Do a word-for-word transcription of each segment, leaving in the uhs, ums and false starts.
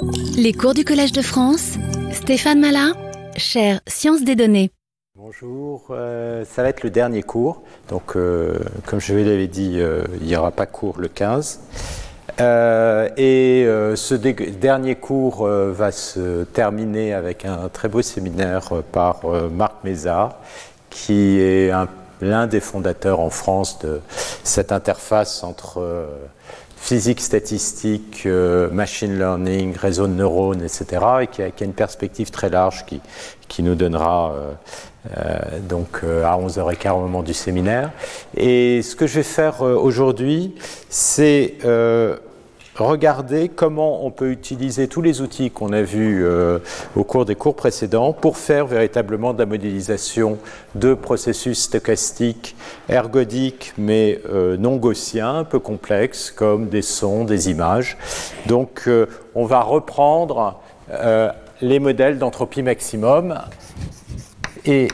Les cours du Collège de France, Stéphane Mallat, chaire Sciences des données. Bonjour, euh, ça va être le dernier cours. Donc, euh, comme je vous l'avais dit, euh, il n'y aura pas cours le quinze. Euh, et euh, ce dernier cours euh, va se terminer avec un très beau séminaire euh, par euh, Marc Mézard, qui est l'un des fondateurs en France de cette interface entre euh, physique statistique, euh, machine learning, réseau de neurones, et cetera, et qui a, qui a une perspective très large qui, qui nous donnera euh, euh, donc euh, à onze heures quinze au moment du séminaire. Et ce que je vais faire euh, aujourd'hui, c'est euh, regarder comment on peut utiliser tous les outils qu'on a vus euh, au cours des cours précédents pour faire véritablement de la modélisation de processus stochastiques ergodiques mais euh, non gaussiens, un peu complexes, comme des sons, des images. Donc euh, on va reprendre euh, les modèles d'entropie maximum et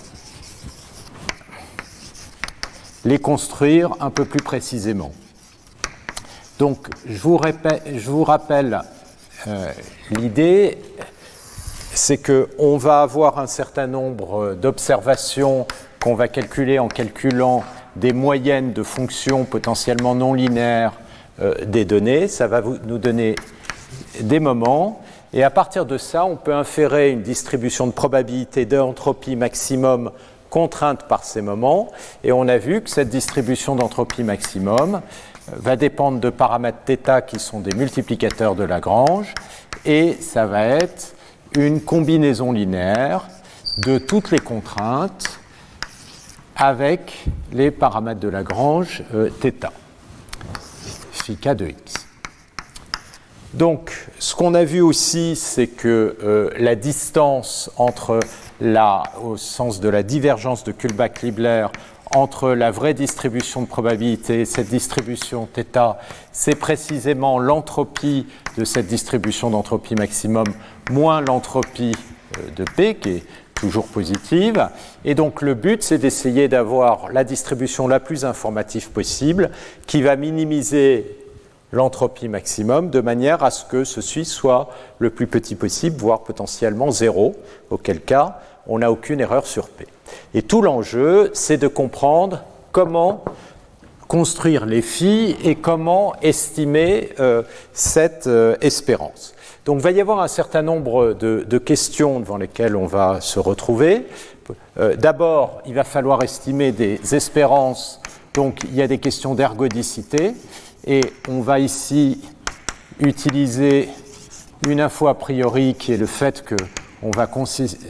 les construire un peu plus précisément. Donc, je vous, répète, je vous rappelle euh, l'idée, c'est qu'on va avoir un certain nombre d'observations qu'on va calculer en calculant des moyennes de fonctions potentiellement non linéaires euh, des données. Ça va vous, nous donner des moments. Et à partir de ça, on peut inférer une distribution de probabilité d'entropie maximum contrainte par ces moments. Et on a vu que cette distribution d'entropie maximum va dépendre de paramètres θ qui sont des multiplicateurs de Lagrange, et ça va être une combinaison linéaire de toutes les contraintes avec les paramètres de Lagrange euh, θ, phi k de x. Donc, ce qu'on a vu aussi, c'est que euh, la distance entre la, au sens de la divergence de Kullback-Leibler, entre la vraie distribution de probabilité et cette distribution θ, c'est précisément l'entropie de cette distribution d'entropie maximum moins l'entropie de P, qui est toujours positive. Et donc le but, c'est d'essayer d'avoir la distribution la plus informative possible, qui va minimiser l'entropie maximum de manière à ce que ceci soit le plus petit possible, voire potentiellement zéro, auquel cas on n'a aucune erreur sur P. Et tout l'enjeu, c'est de comprendre comment construire les phi et comment estimer euh, cette euh, espérance. Donc il va y avoir un certain nombre de, de questions devant lesquelles on va se retrouver. Euh, D'abord, il va falloir estimer des espérances, donc il y a des questions d'ergodicité, et on va ici utiliser une info a priori qui est le fait qu'on va considérer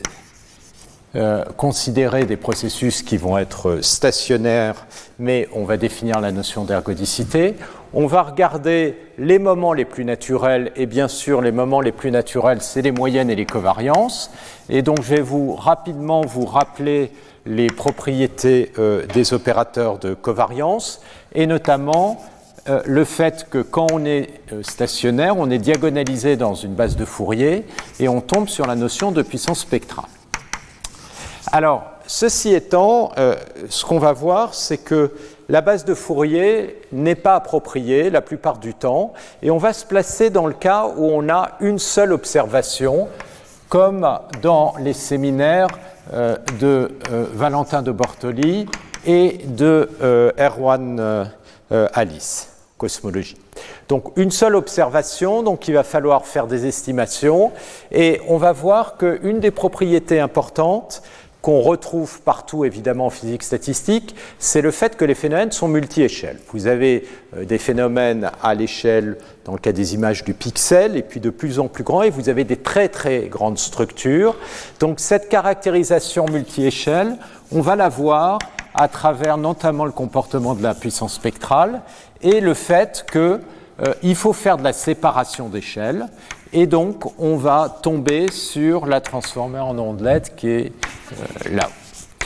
Euh, considérer des processus qui vont être stationnaires, mais on va définir la notion d'ergodicité. On va regarder les moments les plus naturels, et bien sûr, les moments les plus naturels, c'est les moyennes et les covariances. Et donc, je vais vous rapidement vous rappeler les propriétés euh, des opérateurs de covariance, et notamment euh, le fait que quand on est euh, stationnaire, on est diagonalisé dans une base de Fourier, et on tombe sur la notion de puissance spectrale. Alors, ceci étant, euh, ce qu'on va voir, c'est que la base de Fourier n'est pas appropriée la plupart du temps, et on va se placer dans le cas où on a une seule observation, comme dans les séminaires euh, de euh, Valentin de Bortoli et de euh, Erwan euh, euh, Alice, cosmologie. Donc une seule observation, donc il va falloir faire des estimations, et on va voir qu'une des propriétés importantes qu'on retrouve partout, évidemment, en physique statistique, c'est le fait que les phénomènes sont multi-échelles. Vous avez euh, des phénomènes à l'échelle, dans le cas des images du pixel, et puis de plus en plus grands, et vous avez des très très grandes structures. Donc cette caractérisation multi-échelle, on va la voir à travers notamment le comportement de la puissance spectrale, et le fait qu'il euh, faut faire de la séparation d'échelles, et donc on va tomber sur la transformée en ondelette qui est euh, là.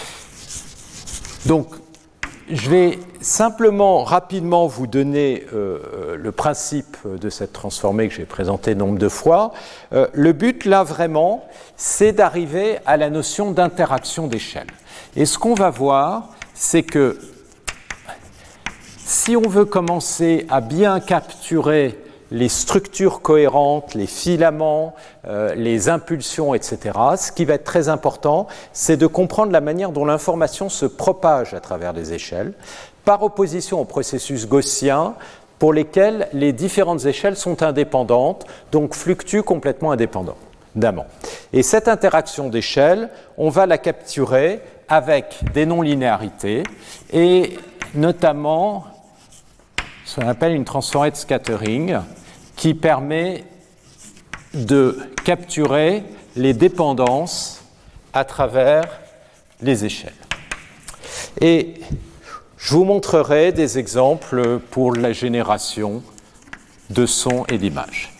Donc je vais simplement rapidement vous donner euh, le principe de cette transformée que j'ai présenté nombre de fois. Euh, le but là vraiment, c'est d'arriver à la notion d'interaction d'échelle. Et ce qu'on va voir, c'est que si on veut commencer à bien capturer les structures cohérentes, les filaments, euh, les impulsions, et cetera. Ce qui va être très important, c'est de comprendre la manière dont l'information se propage à travers les échelles, par opposition au processus gaussien, pour lesquels les différentes échelles sont indépendantes, donc fluctuent complètement indépendamment. Et cette interaction d'échelles, on va la capturer avec des non-linéarités, et notamment ce qu'on appelle une transformée de scattering, qui permet de capturer les dépendances à travers les échelles. Et je vous montrerai des exemples pour la génération de sons et d'images.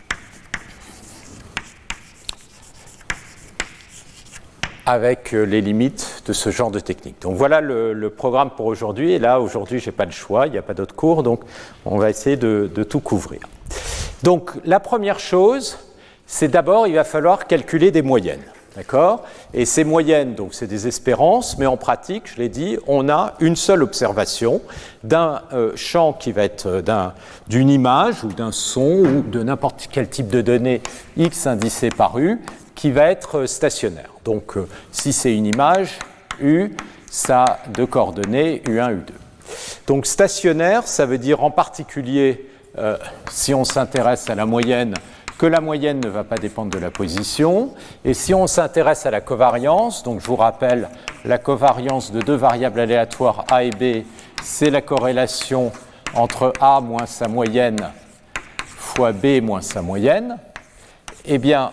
Avec les limites de ce genre de technique. Donc voilà le, le programme pour aujourd'hui. Et là, aujourd'hui, je n'ai pas le choix, il n'y a pas d'autres cours, donc on va essayer de, de tout couvrir. Donc la première chose, c'est d'abord, il va falloir calculer des moyennes. D'accord ? Et ces moyennes, donc c'est des espérances, mais en pratique, je l'ai dit, on a une seule observation d'un euh, champ qui va être d'un, d'une image ou d'un son ou de n'importe quel type de données X indicé par U qui va être stationnaire. Donc euh, si c'est une image, U, ça a deux coordonnées, U un, U deux. Donc stationnaire, ça veut dire en particulier, euh, si on s'intéresse à la moyenne, que la moyenne ne va pas dépendre de la position. Et si on s'intéresse à la covariance, donc je vous rappelle, la covariance de deux variables aléatoires A et B, c'est la corrélation entre A moins sa moyenne fois B moins sa moyenne. Eh bien,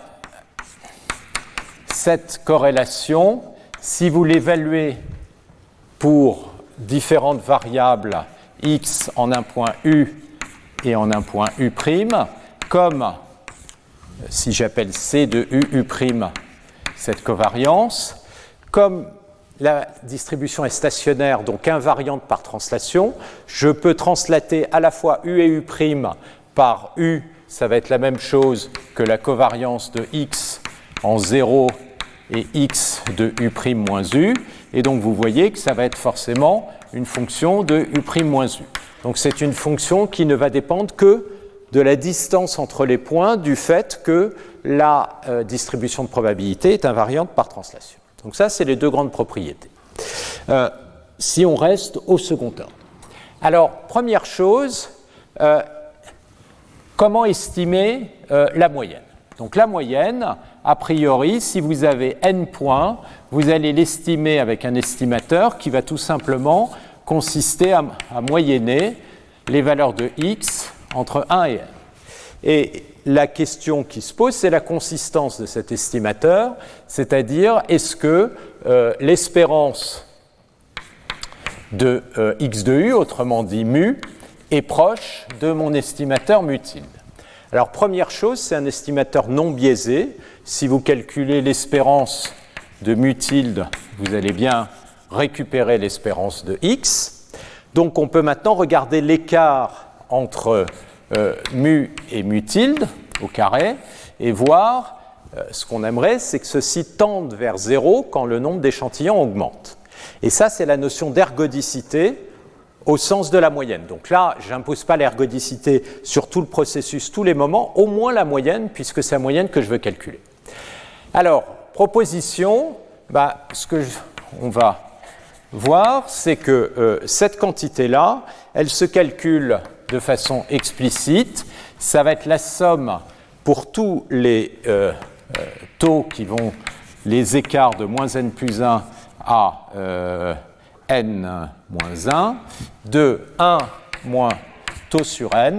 cette corrélation, si vous l'évaluez pour différentes variables X en un point U et en un point U', comme si j'appelle C de U, U', cette covariance, comme la distribution est stationnaire, donc invariante par translation, je peux translater à la fois U et U' par U, ça va être la même chose que la covariance de X en zéro et X de U' moins U, et donc vous voyez que ça va être forcément une fonction de U' moins U. Donc c'est une fonction qui ne va dépendre que de la distance entre les points du fait que la euh, distribution de probabilité est invariante par translation. Donc ça, c'est les deux grandes propriétés. Euh, si on reste au second ordre. Alors, première chose, euh, comment estimer euh, la moyenne? Donc la moyenne, a priori, si vous avez n points, vous allez l'estimer avec un estimateur qui va tout simplement consister à, à moyenner les valeurs de x entre un et n. Et la question qui se pose, c'est la consistance de cet estimateur, c'est-à-dire est-ce que euh, l'espérance de euh, x de u, autrement dit mu, est proche de mon estimateur mu tilde. Alors première chose, c'est un estimateur non biaisé. Si vous calculez l'espérance de mu tilde, vous allez bien récupérer l'espérance de x. Donc on peut maintenant regarder l'écart entre euh, mu et mu tilde au carré et voir euh, ce qu'on aimerait, c'est que ceci tende vers zéro quand le nombre d'échantillons augmente. Et ça, c'est la notion d'ergodicité au sens de la moyenne. Donc là, je n'impose pas l'ergodicité sur tout le processus, tous les moments, au moins la moyenne, puisque c'est la moyenne que je veux calculer. Alors, proposition, bah, ce que je, on va voir, c'est que euh, cette quantité-là, elle se calcule de façon explicite. Ça va être la somme pour tous les euh, euh, taux qui vont, les écarts de moins n plus un à euh, n moins un, de un moins taux sur n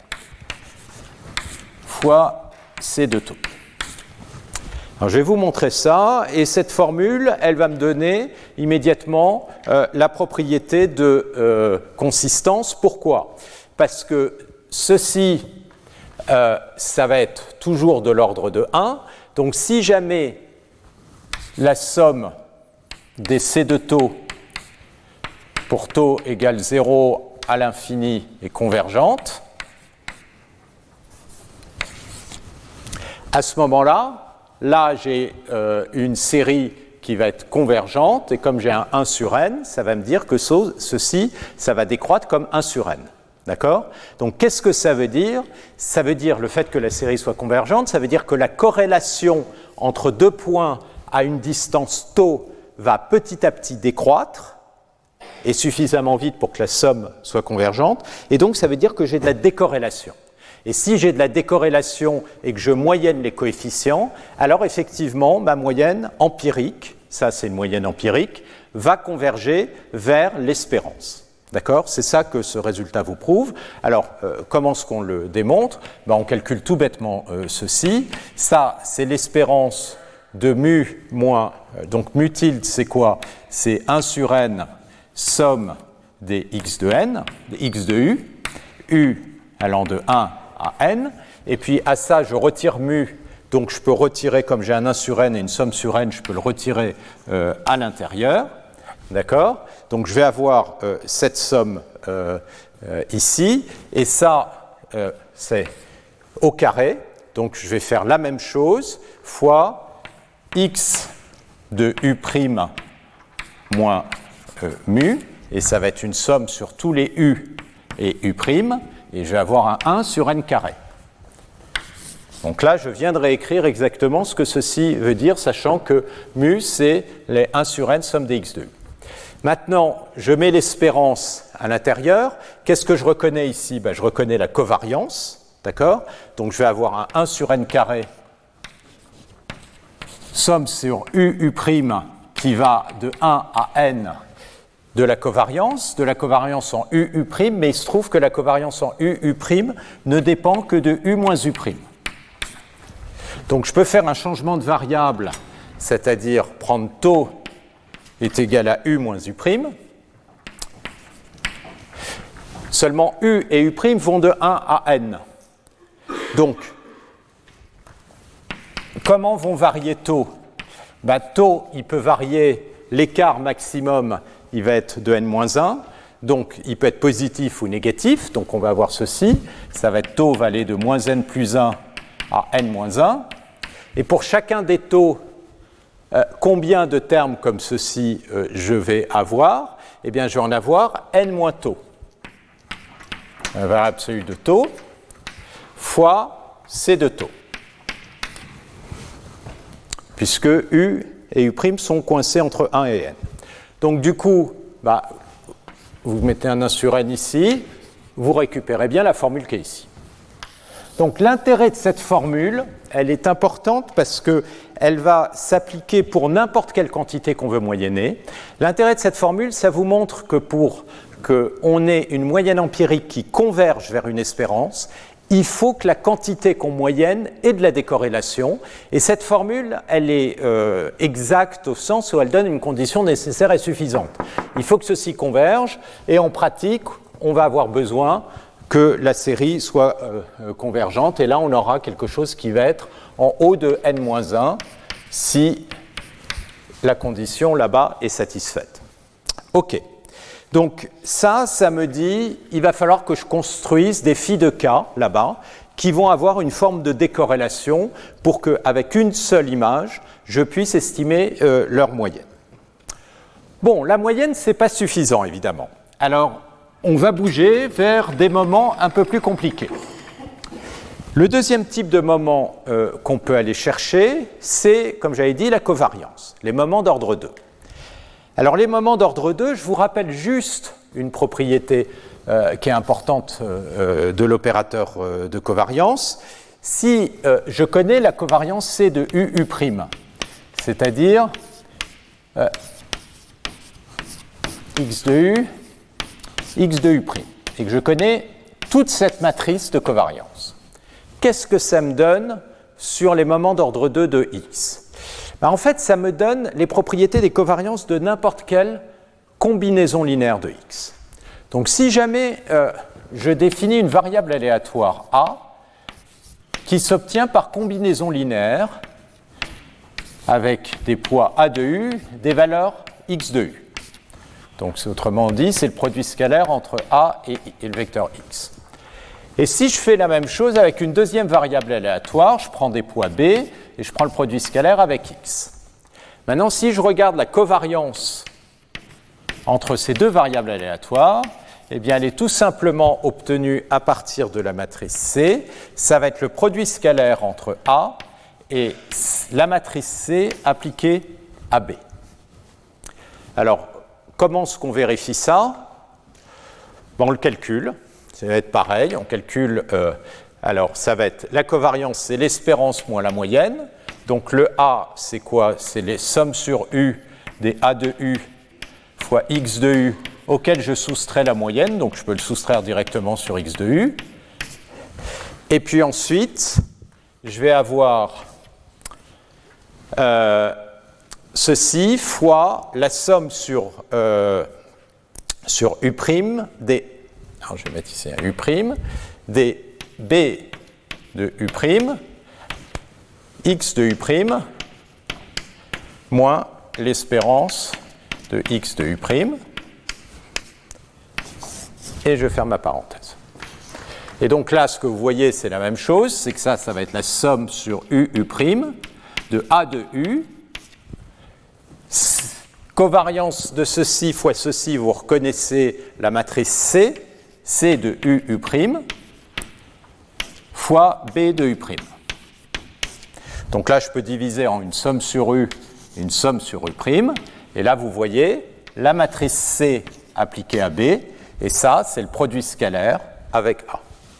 fois ces deux taux. Alors, je vais vous montrer ça, et cette formule, elle va me donner immédiatement euh, la propriété de euh, consistance. Pourquoi ? Parce que ceci, euh, ça va être toujours de l'ordre de un. Donc si jamais la somme des ces deux taux pour taux égale zéro à l'infini est convergente, à ce moment-là, là j'ai euh, une série qui va être convergente, et comme j'ai un un sur n, ça va me dire que ce, ceci, ça va décroître comme un sur n. D'accord? Donc, qu'est-ce que ça veut dire? Ça veut dire le fait que la série soit convergente, ça veut dire que la corrélation entre deux points à une distance tau va petit à petit décroître, et suffisamment vite pour que la somme soit convergente, et donc ça veut dire que j'ai de la décorrélation. Et si j'ai de la décorrélation et que je moyenne les coefficients, alors effectivement, ma moyenne empirique, ça c'est une moyenne empirique, va converger vers l'espérance. D'accord? C'est ça que ce résultat vous prouve. Alors, euh, comment est-ce qu'on le démontre? Ben, on calcule tout bêtement euh, ceci. Ça, c'est l'espérance de mu moins... Euh, donc, mu tilde, c'est quoi? C'est un sur n, somme des x de n, des x de u, u allant de un à n. Et puis, à ça, je retire mu. Donc, je peux retirer, comme j'ai un un sur n et une somme sur n, je peux le retirer euh, à l'intérieur. D'accord? Donc, je vais avoir euh, cette somme euh, euh, ici, et ça, euh, c'est au carré. Donc, je vais faire la même chose fois x de u' moins euh, mu, et ça va être une somme sur tous les u et u', et je vais avoir un un sur n carré. Donc là, je viens de réécrire exactement ce que ceci veut dire, sachant que mu, c'est les un sur n somme des x de u. Maintenant, je mets l'espérance à l'intérieur. Qu'est-ce que je reconnais ici? Ben, je reconnais la covariance, d'accord? Donc je vais avoir un un sur n carré, somme sur u, u' qui va de un à n de la covariance, de la covariance en u, u', mais il se trouve que la covariance en u, u' ne dépend que de u moins u'. Donc je peux faire un changement de variable, c'est-à-dire prendre tau est égal à u moins u'. Seulement u et u' vont de un à n. Donc, comment vont varier tau? Ben, tau, il peut varier, l'écart maximum, il va être de n moins un. Donc, il peut être positif ou négatif. Donc, on va avoir ceci. Ça va être tau va aller de moins n plus un à n moins un. Et pour chacun des taux, euh, combien de termes comme ceci euh, je vais avoir? Eh bien, je vais en avoir n moins tau. La variable absolue de tau fois c de tau. Puisque u et u' sont coincés entre un et n. Donc, du coup, bah, vous mettez un un sur n ici, vous récupérez bien la formule qui est ici. Donc l'intérêt de cette formule, elle est importante parce qu'elle va s'appliquer pour n'importe quelle quantité qu'on veut moyenner. L'intérêt de cette formule, ça vous montre que pour qu'on ait une moyenne empirique qui converge vers une espérance, il faut que la quantité qu'on moyenne ait de la décorrélation. Et cette formule, elle est euh, exacte au sens où elle donne une condition nécessaire et suffisante. Il faut que ceci converge, et en pratique, on va avoir besoin que la série soit euh, convergente, et là on aura quelque chose qui va être en haut de n moins un si la condition là-bas est satisfaite. Ok, donc ça, ça me dit, il va falloir que je construise des phi de k là-bas qui vont avoir une forme de décorrélation pour qu'avec une seule image, je puisse estimer euh, leur moyenne. Bon, la moyenne, ce n'est pas suffisant évidemment. Alors, on va bouger vers des moments un peu plus compliqués. Le deuxième type de moment euh, qu'on peut aller chercher, c'est, comme j'avais dit, la covariance, les moments d'ordre deux. Alors les moments d'ordre deux, je vous rappelle juste une propriété euh, qui est importante euh, de l'opérateur euh, de covariance. Si euh, je connais la covariance C de U, U', c'est-à-dire euh, x de U, x de U', et que je connais toute cette matrice de covariance. Qu'est-ce que ça me donne sur les moments d'ordre deux de x? Ben, en fait, ça me donne les propriétés des covariances de n'importe quelle combinaison linéaire de x. Donc si jamais euh, je définis une variable aléatoire a qui s'obtient par combinaison linéaire avec des poids a de u, des valeurs x de u. Donc, autrement dit, c'est le produit scalaire entre a et, et le vecteur x. Et si je fais la même chose avec une deuxième variable aléatoire, je prends des poids b et je prends le produit scalaire avec x. Maintenant, si je regarde la covariance entre ces deux variables aléatoires, eh bien, elle est tout simplement obtenue à partir de la matrice C. Ça va être le produit scalaire entre A et la matrice C appliquée à B. Alors, comment est-ce qu'on vérifie ça? Bon, on le calcule. Ça va être pareil. On calcule. Euh, alors, ça va être la covariance, c'est l'espérance moins la moyenne. Donc, le A, c'est quoi? C'est les sommes sur U des A de U fois X de U auquel je soustrais la moyenne. Donc, je peux le soustraire directement sur X de U. Et puis ensuite, je vais avoir euh, ceci fois la somme sur, euh, sur U' des, alors je vais mettre ici un U', des B de U', X de U', moins l'espérance de X de U', et je ferme ma parenthèse. Et donc là, ce que vous voyez, c'est la même chose, c'est que ça, ça va être la somme sur U, U', de A de U. Covariance de ceci fois ceci, vous reconnaissez la matrice C, C de U, U', fois B de U'. Donc là, je peux diviser en une somme sur U, une somme sur U', et là, vous voyez la matrice C appliquée à B, et ça, c'est le produit scalaire avec A.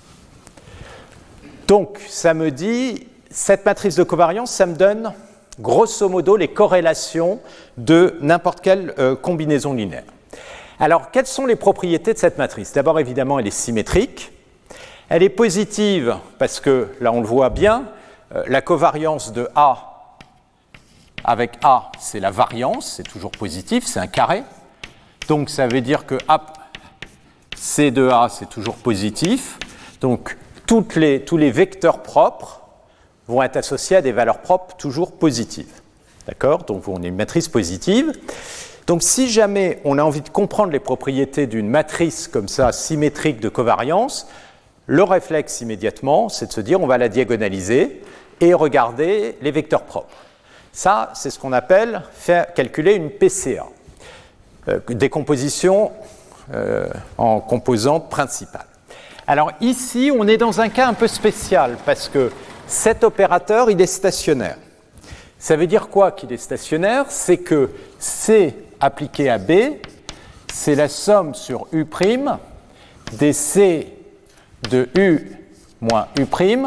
Donc, ça me dit, cette matrice de covariance, ça me donne grosso modo les corrélations de n'importe quelle euh, combinaison linéaire. Alors, quelles sont les propriétés de cette matrice? D'abord, évidemment, elle est symétrique. Elle est positive parce que, là, on le voit bien, euh, la covariance de A avec A, c'est la variance, c'est toujours positif, c'est un carré. Donc, ça veut dire que A, C de A, c'est toujours positif. Donc, toutes les, tous les vecteurs propres vont être associés à des valeurs propres toujours positives. D'accord? Donc, on a une matrice positive. Donc, si jamais on a envie de comprendre les propriétés d'une matrice comme ça, symétrique de covariance, le réflexe immédiatement, c'est de se dire on va la diagonaliser et regarder les vecteurs propres. Ça, c'est ce qu'on appelle faire calculer une P C A, euh, décomposition euh, en composantes principales. Alors ici, on est dans un cas un peu spécial parce que cet opérateur, il est stationnaire. Ça veut dire quoi qu'il est stationnaire? C'est que C appliqué à B, c'est la somme sur U' des C de U moins U',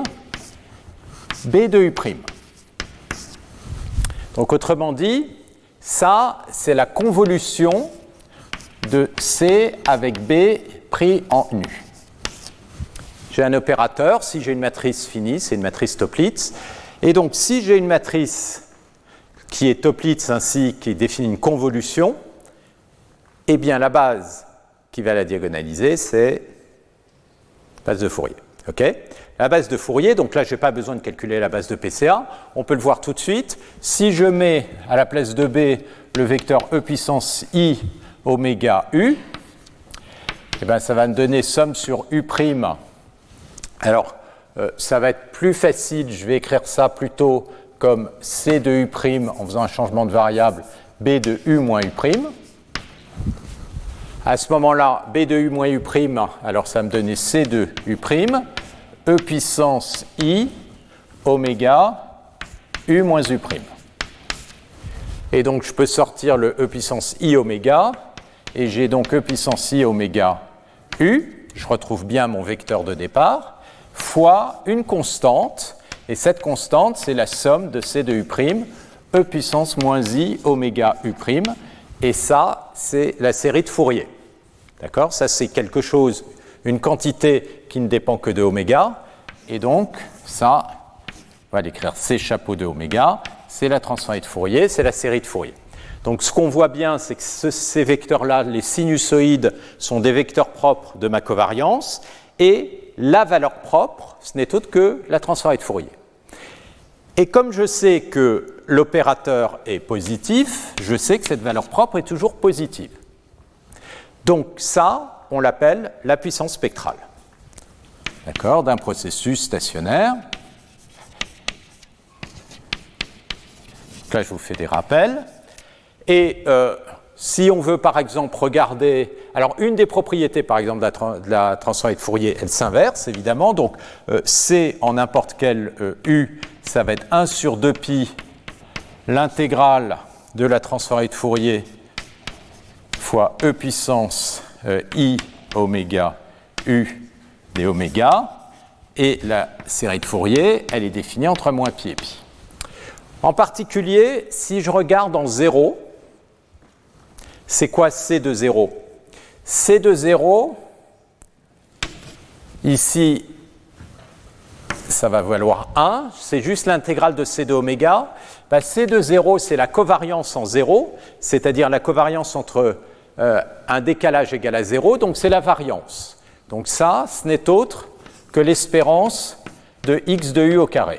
B de U'. Donc autrement dit, ça, c'est la convolution de C avec B pris en U. J'ai un opérateur, si j'ai une matrice finie, c'est une matrice Toeplitz. Et donc, si j'ai une matrice qui est Toeplitz ainsi, qui définit une convolution, eh bien, la base qui va la diagonaliser, c'est la base de Fourier. Okay? La base de Fourier, donc là, je n'ai pas besoin de calculer la base de P C A. On peut le voir tout de suite. Si je mets à la place de B le vecteur E puissance I oméga U, eh bien, ça va me donner somme sur U'. Alors, euh, ça va être plus facile, je vais écrire ça plutôt comme C de U' en faisant un changement de variable, B de U moins U'. À ce moment-là, B de U moins U', alors ça va me donner C de U', E puissance I oméga U moins U'. Et donc, je peux sortir le E puissance I oméga, et j'ai donc E puissance I oméga U, je retrouve bien mon vecteur de départ, fois une constante, et cette constante, c'est la somme de C de U', E puissance moins I oméga U', et ça, c'est la série de Fourier. D'accord? Ça, c'est quelque chose, une quantité qui ne dépend que de oméga, et donc, ça, on va l'écrire C chapeau de oméga, c'est la transformée de Fourier, c'est la série de Fourier. Donc, ce qu'on voit bien, c'est que ce, ces vecteurs-là, les sinusoïdes, sont des vecteurs propres de ma covariance, et la valeur propre, ce n'est autre que la transformée de Fourier. Et comme je sais que l'opérateur est positif, je sais que cette valeur propre est toujours positive. Donc ça, on l'appelle la puissance spectrale. D'accord, d'un processus stationnaire. Donc là, je vous fais des rappels. Et euh, si on veut, par exemple, regarder Alors, une des propriétés, par exemple, de la, tra de la transformée de Fourier, elle s'inverse, évidemment. Donc, euh, C en n'importe quel euh, U, ça va être un sur deux pi, l'intégrale de la transformée de Fourier fois E puissance euh, I oméga U des oméga. Et la série de Fourier, elle est définie entre moins pi et pi. En particulier, si je regarde en zéro, c'est quoi C de zéro? C de zéro, ici, ça va valoir un, c'est juste l'intégrale de C de oméga. Ben, C de zéro, c'est la covariance en zéro, c'est-à-dire la covariance entre euh, un décalage égal à zéro, donc c'est la variance. Donc ça, ce n'est autre que l'espérance de x de u au carré.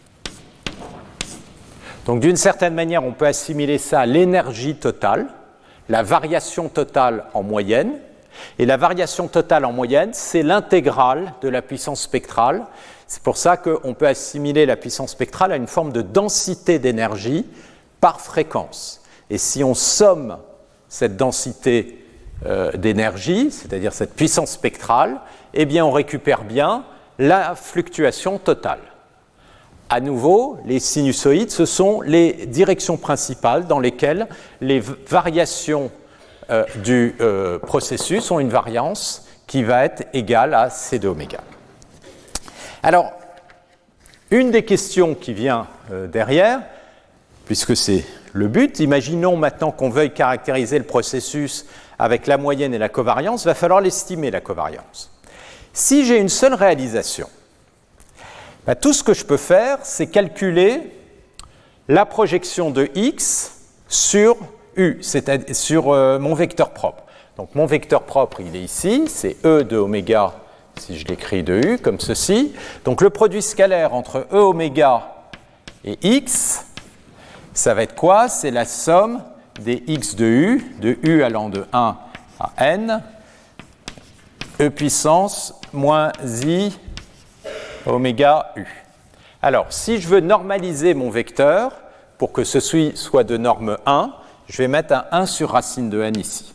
Donc d'une certaine manière, on peut assimiler ça à l'énergie totale, la variation totale en moyenne. Et la variation totale en moyenne, c'est l'intégrale de la puissance spectrale. C'est pour ça qu'on peut assimiler la puissance spectrale à une forme de densité d'énergie par fréquence. Et si on somme cette densité euh, d'énergie, c'est-à-dire cette puissance spectrale, eh bien on récupère bien la fluctuation totale. À nouveau, les sinusoïdes, ce sont les directions principales dans lesquelles les variations euh, du euh, processus ont une variance qui va être égale à C de oméga. Alors, une des questions qui vient euh, derrière, puisque c'est le but, imaginons maintenant qu'on veuille caractériser le processus avec la moyenne et la covariance, il va falloir l'estimer, la covariance. Si j'ai une seule réalisation, ben, tout ce que je peux faire, c'est calculer la projection de x sur u, c'est-à-dire sur euh, mon vecteur propre. Donc mon vecteur propre, il est ici, c'est E de oméga, si je l'écris de u, comme ceci. Donc le produit scalaire entre E oméga et x, ça va être quoi? C'est la somme des x de u, de u allant de un à n, E puissance moins i oméga u. Alors, si je veux normaliser mon vecteur, pour que ceci soit de norme un, je vais mettre un un sur racine de n ici.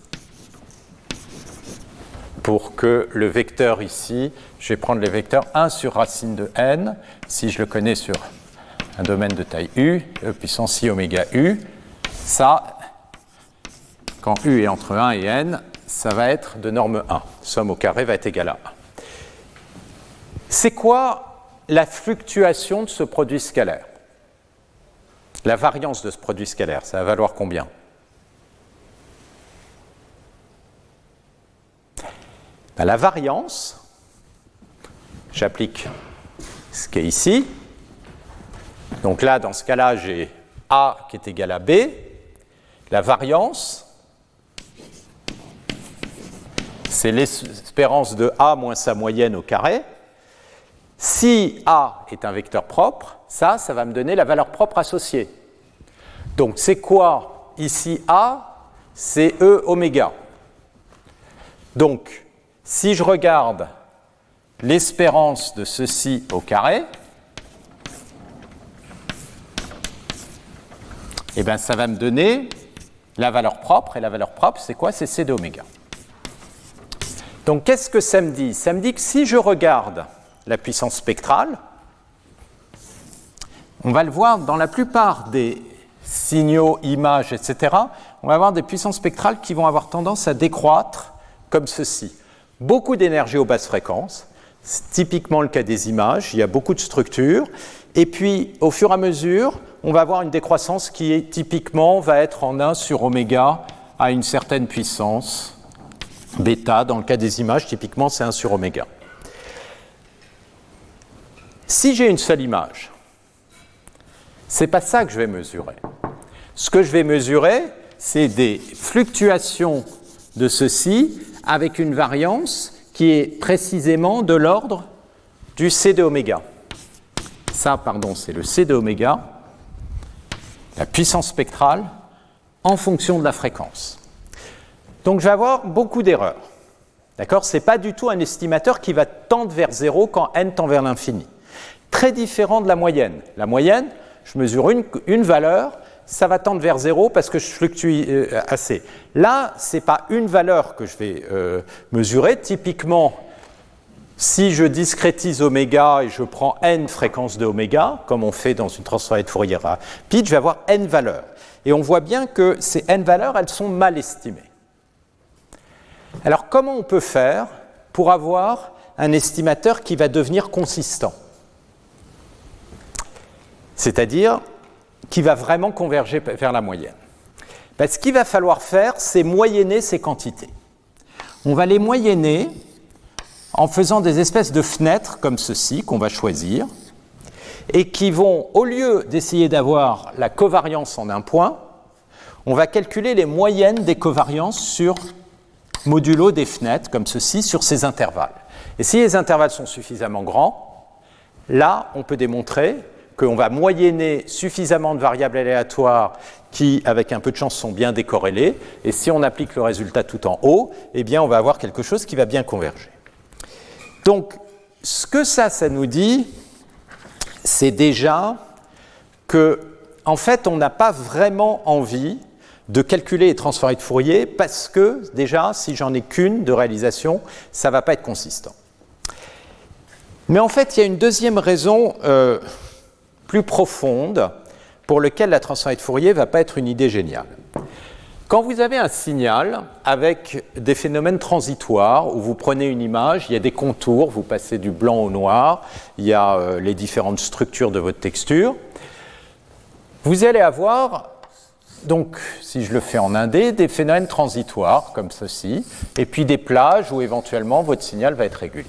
Pour que le vecteur ici, je vais prendre le vecteur un sur racine de n, si je le connais sur un domaine de taille u, E puissance i oméga u, ça, quand u est entre un et n, ça va être de norme un. Somme au carré va être égale à un. C'est quoi la fluctuation de ce produit scalaire? La variance de ce produit scalaire, ça va valoir combien? Ben, la variance, j'applique ce qui est ici. Donc là, dans ce cas-là, j'ai A qui est égal à B. La variance, c'est l'espérance de A moins sa moyenne au carré. Si A est un vecteur propre, ça, ça va me donner la valeur propre associée. Donc c'est quoi ici A? C'est E oméga. Donc, si je regarde l'espérance de ceci au carré, eh bien ça va me donner la valeur propre, et la valeur propre, c'est quoi? C'est C de oméga. Donc qu'est-ce que ça me dit? Ça me dit que si je regarde la puissance spectrale, on va le voir dans la plupart des signaux, images, et cetera, on va avoir des puissances spectrales qui vont avoir tendance à décroître comme ceci. Beaucoup d'énergie aux basses fréquences, c'est typiquement le cas des images, il y a beaucoup de structures, et puis au fur et à mesure, on va avoir une décroissance qui est typiquement va être en un sur oméga à une certaine puissance bêta. Dans le cas des images, typiquement c'est un sur oméga. Si j'ai une seule image, ce n'est pas ça que je vais mesurer. Ce que je vais mesurer, c'est des fluctuations de ceci avec une variance qui est précisément de l'ordre du C de oméga. Ça, pardon, c'est le C de oméga, la puissance spectrale, en fonction de la fréquence. Donc je vais avoir beaucoup d'erreurs. D'accord ? Ce n'est pas du tout un estimateur qui va tendre vers zéro quand n tend vers l'infini. Très différent de la moyenne. La moyenne, je mesure une, une valeur, ça va tendre vers zéro parce que je fluctue euh, assez. Là, ce n'est pas une valeur que je vais euh, mesurer. Typiquement, si je discrétise oméga et je prends n fréquences de oméga, comme on fait dans une transformée de Fourier rapide, je vais avoir n valeurs. Et on voit bien que ces n valeurs, elles sont mal estimées. Alors, comment on peut faire pour avoir un estimateur qui va devenir consistant? C'est-à-dire qui va vraiment converger vers la moyenne. Ben, ce qu'il va falloir faire, c'est moyenner ces quantités. On va les moyenner en faisant des espèces de fenêtres comme ceci, qu'on va choisir, et qui vont, au lieu d'essayer d'avoir la covariance en un point, on va calculer les moyennes des covariances sur modulo des fenêtres, comme ceci, sur ces intervalles. Et si les intervalles sont suffisamment grands, là, on peut démontrer qu'on va moyenner suffisamment de variables aléatoires qui, avec un peu de chance, sont bien décorrélées. Et si on applique le résultat tout en haut, eh bien, on va avoir quelque chose qui va bien converger. Donc, ce que ça, ça nous dit, c'est déjà que, en fait, on n'a pas vraiment envie de calculer les transformées de Fourier parce que, déjà, si j'en ai qu'une de réalisation, ça ne va pas être consistant. Mais en fait, il y a une deuxième raison euh, plus profonde pour laquelle la transformée de Fourier ne va pas être une idée géniale. Quand vous avez un signal avec des phénomènes transitoires où vous prenez une image, il y a des contours, vous passez du blanc au noir, il y a euh, les différentes structures de votre texture, vous allez avoir, donc, si je le fais en un D, des phénomènes transitoires comme ceci, et puis des plages où éventuellement votre signal va être régulier.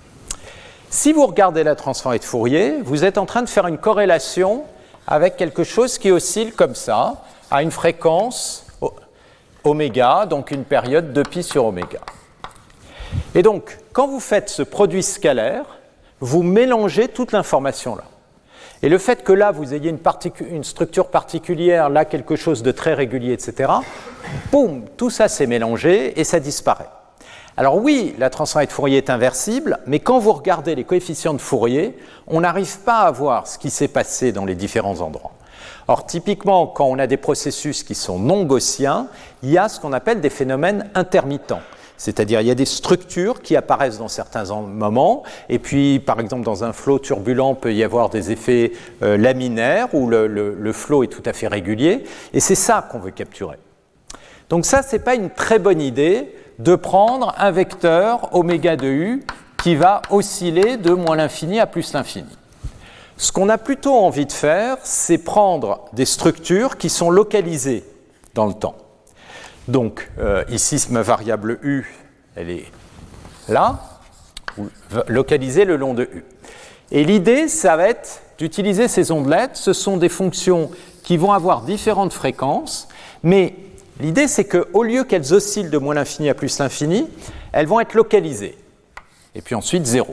Si vous regardez la transformée de Fourier, vous êtes en train de faire une corrélation avec quelque chose qui oscille comme ça, à une fréquence oméga, donc une période de pi sur oméga. Et donc, quand vous faites ce produit scalaire, vous mélangez toute l'information là. Et le fait que là, vous ayez une, une structure particulière, là, quelque chose de très régulier, et cetera, boum, tout ça s'est mélangé et ça disparaît. Alors oui, la transformée de Fourier est inversible, mais quand vous regardez les coefficients de Fourier, on n'arrive pas à voir ce qui s'est passé dans les différents endroits. Or, typiquement, quand on a des processus qui sont non gaussiens, il y a ce qu'on appelle des phénomènes intermittents. C'est-à-dire, il y a des structures qui apparaissent dans certains moments, et puis, par exemple, dans un flot turbulent, peut y avoir des effets euh, laminaires, où le, le, le flot est tout à fait régulier, et c'est ça qu'on veut capturer. Donc ça, ce n'est pas une très bonne idée de prendre un vecteur oméga de U qui va osciller de moins l'infini à plus l'infini. Ce qu'on a plutôt envie de faire, c'est prendre des structures qui sont localisées dans le temps. Donc, euh, ici, ma variable U, elle est là, localisée le long de U. Et l'idée, ça va être d'utiliser ces ondelettes. Ce sont des fonctions qui vont avoir différentes fréquences, mais l'idée, c'est qu'au lieu qu'elles oscillent de moins l'infini à plus l'infini, elles vont être localisées. Et puis ensuite, zéro.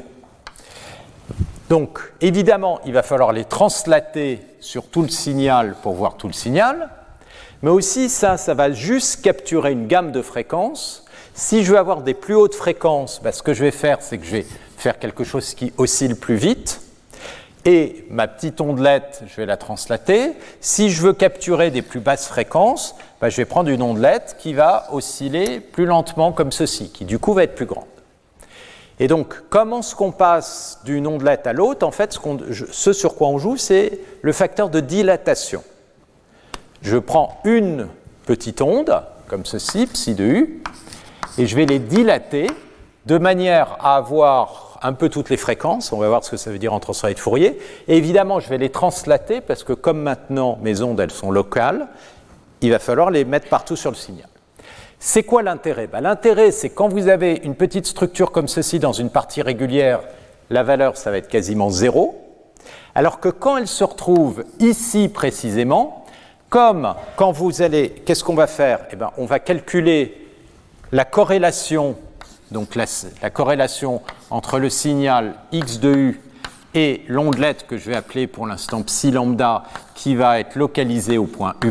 Donc, évidemment, il va falloir les translater sur tout le signal pour voir tout le signal. Mais aussi, ça, ça va juste capturer une gamme de fréquences. Si je veux avoir des plus hautes fréquences, ben, ce que je vais faire, c'est que je vais faire quelque chose qui oscille plus vite. Et ma petite ondelette, je vais la translater. Si je veux capturer des plus basses fréquences, ben, je vais prendre une ondelette qui va osciller plus lentement comme ceci, qui du coup va être plus grande. Et donc, comment est-ce qu'on passe d'une ondelette à l'autre? En fait, ce, qu'on, ce sur quoi on joue, c'est le facteur de dilatation. Je prends une petite onde, comme ceci, psi de U, et je vais les dilater de manière à avoir un peu toutes les fréquences. On va voir ce que ça veut dire en transformée de Fourier. Et évidemment, je vais les translater, parce que comme maintenant, mes ondes, elles sont locales, il va falloir les mettre partout sur le signal. C'est quoi l'intérêt? Ben, l'intérêt, c'est quand vous avez une petite structure comme ceci dans une partie régulière, la valeur, ça va être quasiment zéro. Alors que quand elle se retrouve ici précisément, comme quand vous allez, qu'est-ce qu'on va faire? Eh ben, on va calculer la corrélation, donc la, la corrélation entre le signal x de U et l'ondelette que je vais appeler pour l'instant psi lambda qui va être localisée au point U'.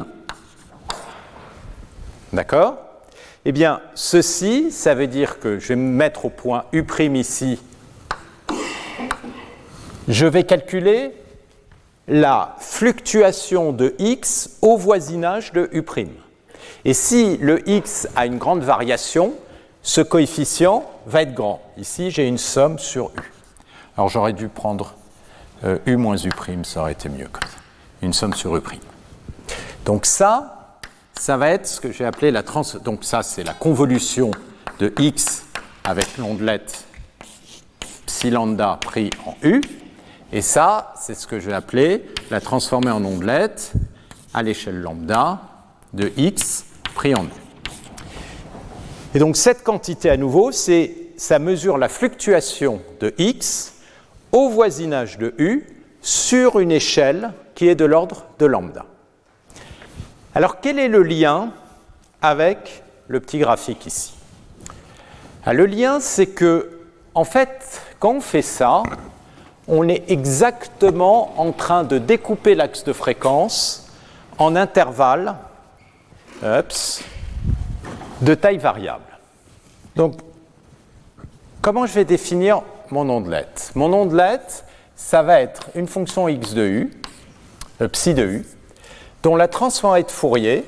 D'accord? Eh bien, ceci, ça veut dire que je vais me mettre au point U' ici. Je vais calculer la fluctuation de x au voisinage de u'. Et si le x a une grande variation, ce coefficient va être grand. Ici, j'ai une somme sur u. Alors j'aurais dû prendre euh, u moins u', ça aurait été mieux comme ça. Une somme sur u'. Donc ça, ça va être ce que j'ai appelé la trans... Donc ça, c'est la convolution de x avec l'ondelette psi lambda pris en u. Et ça, c'est ce que je vais appeler la transformée en ondelette à l'échelle lambda de x pris en u. Et donc cette quantité à nouveau, c'est, ça mesure la fluctuation de x au voisinage de u sur une échelle qui est de l'ordre de lambda. Alors quel est le lien avec le petit graphique ici? Alors, le lien, c'est que, en fait, quand on fait ça, on est exactement en train de découper l'axe de fréquence en intervalles ups, de taille variable. Donc, comment je vais définir mon ondelette? Mon ondelette, ça va être une fonction x de u, euh, psi de u, dont la transformée de Fourier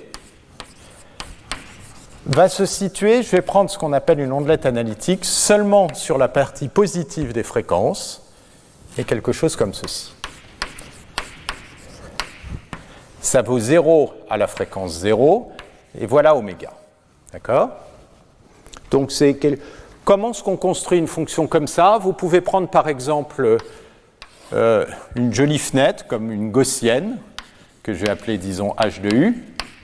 va se situer, je vais prendre ce qu'on appelle une ondelette analytique, seulement sur la partie positive des fréquences, et quelque chose comme ceci. Ça vaut zéro à la fréquence zéro, et voilà oméga. D'accord? Donc, c'est quel... comment est-ce qu'on construit une fonction comme ça? Vous pouvez prendre par exemple euh, une jolie fenêtre, comme une gaussienne, que je vais appeler, disons, h de u.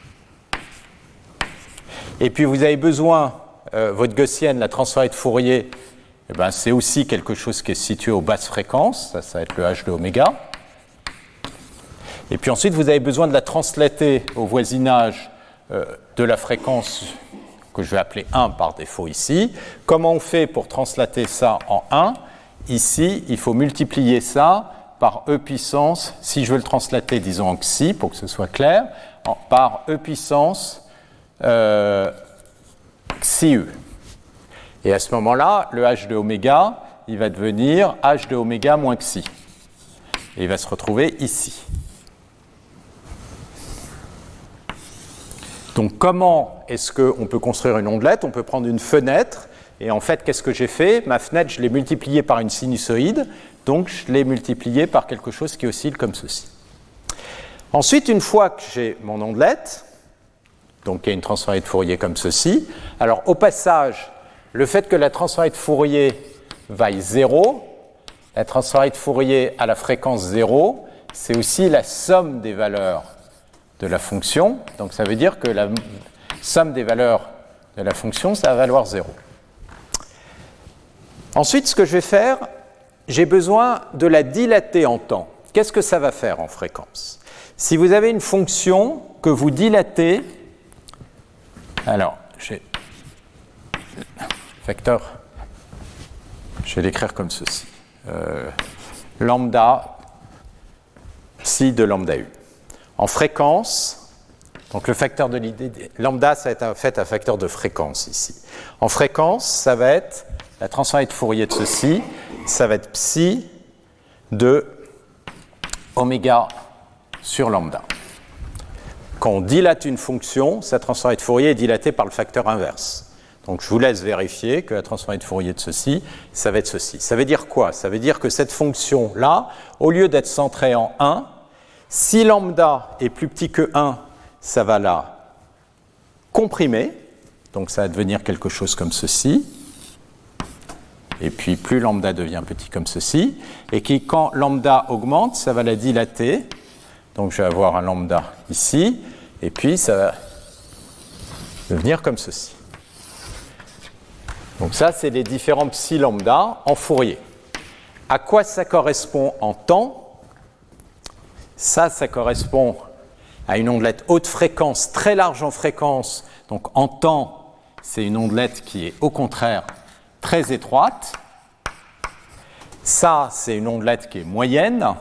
Et puis vous avez besoin, euh, votre gaussienne, la transformée de Fourier, eh ben, c'est aussi quelque chose qui est situé aux basses fréquences, ça, ça va être le h de oméga. Et puis ensuite, vous avez besoin de la translater au voisinage euh, de la fréquence que je vais appeler un par défaut ici. Comment on fait pour translater ça en un? Ici, il faut multiplier ça par e puissance, si je veux le translater, disons en xi, pour que ce soit clair, en, par e puissance Euh, xi u. Et à ce moment-là, le h de oméga, il va devenir h de oméga moins xi. Et il va se retrouver ici. Donc comment est-ce qu'on peut construire une ondelette? On peut prendre une fenêtre, et en fait, qu'est-ce que j'ai fait? Ma fenêtre, je l'ai multipliée par une sinusoïde, donc je l'ai multipliée par quelque chose qui oscille comme ceci. Ensuite, une fois que j'ai mon ondelette, donc il y a une transformée de Fourier comme ceci. Alors au passage, le fait que la transformée de Fourier vaille zéro, la transformée de Fourier à la fréquence zéro, c'est aussi la somme des valeurs de la fonction. Donc ça veut dire que la somme des valeurs de la fonction, ça va valoir zéro. Ensuite, ce que je vais faire, j'ai besoin de la dilater en temps. Qu'est-ce que ça va faire en fréquence? Si vous avez une fonction que vous dilatez, alors, j'ai facteur, je vais l'écrire comme ceci. Euh, lambda psi de lambda u. En fréquence, donc le facteur de l'idée, lambda, ça va être en fait un facteur de fréquence ici. En fréquence, ça va être la transformée de Fourier de ceci, ça va être psi de oméga sur lambda. Quand on dilate une fonction, sa transformée de Fourier est dilatée par le facteur inverse. Donc je vous laisse vérifier que la transformée de Fourier de ceci, ça va être ceci. Ça veut dire quoi? Ça veut dire que cette fonction-là, au lieu d'être centrée en un, si lambda est plus petit que un, ça va la comprimer. Donc ça va devenir quelque chose comme ceci. Et puis plus lambda devient petit comme ceci. Et qui, quand lambda augmente, ça va la dilater. Donc je vais avoir un lambda ici, et puis ça va devenir comme ceci. Donc ça, c'est les différents psi lambda en Fourier. À quoi ça correspond en temps? Ça, ça correspond à une ondelette haute fréquence, très large en fréquence. Donc en temps, c'est une ondelette qui est au contraire très étroite. Ça, c'est une ondelette qui est moyenne.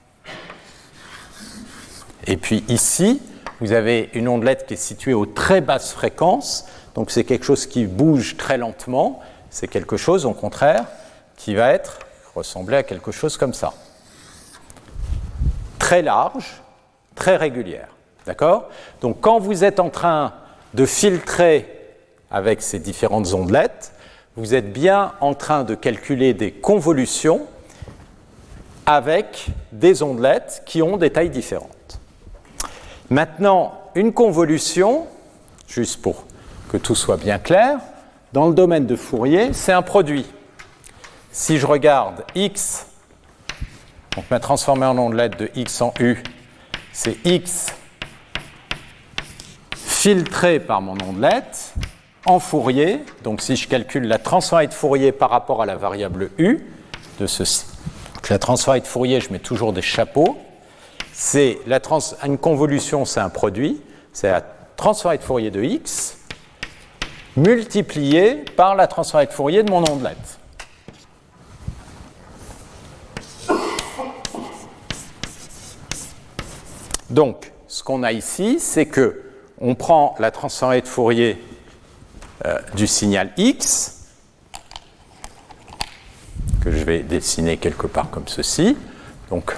Et puis ici, vous avez une ondelette qui est située aux très basses fréquences, donc c'est quelque chose qui bouge très lentement, c'est quelque chose au contraire qui va être ressembler à quelque chose comme ça. Très très large, très régulière. D'accord? Donc quand vous êtes en train de filtrer avec ces différentes ondelettes, vous êtes bien en train de calculer des convolutions avec des ondelettes qui ont des tailles différentes. Maintenant, une convolution, juste pour que tout soit bien clair, dans le domaine de Fourier, c'est un produit. Si je regarde x, donc ma transformée en ondelette de x en u, c'est x filtré par mon ondelette en Fourier. Donc si je calcule la transformée de Fourier par rapport à la variable u de ceci. Donc la transformée de Fourier, je mets toujours des chapeaux. C'est la trans, une convolution, c'est un produit. C'est la transformée de Fourier de x multiplié par la transformée de Fourier de mon ondelette. Donc, ce qu'on a ici, c'est que on prend la transformée de Fourier euh, du signal x, que je vais dessiner quelque part comme ceci, donc,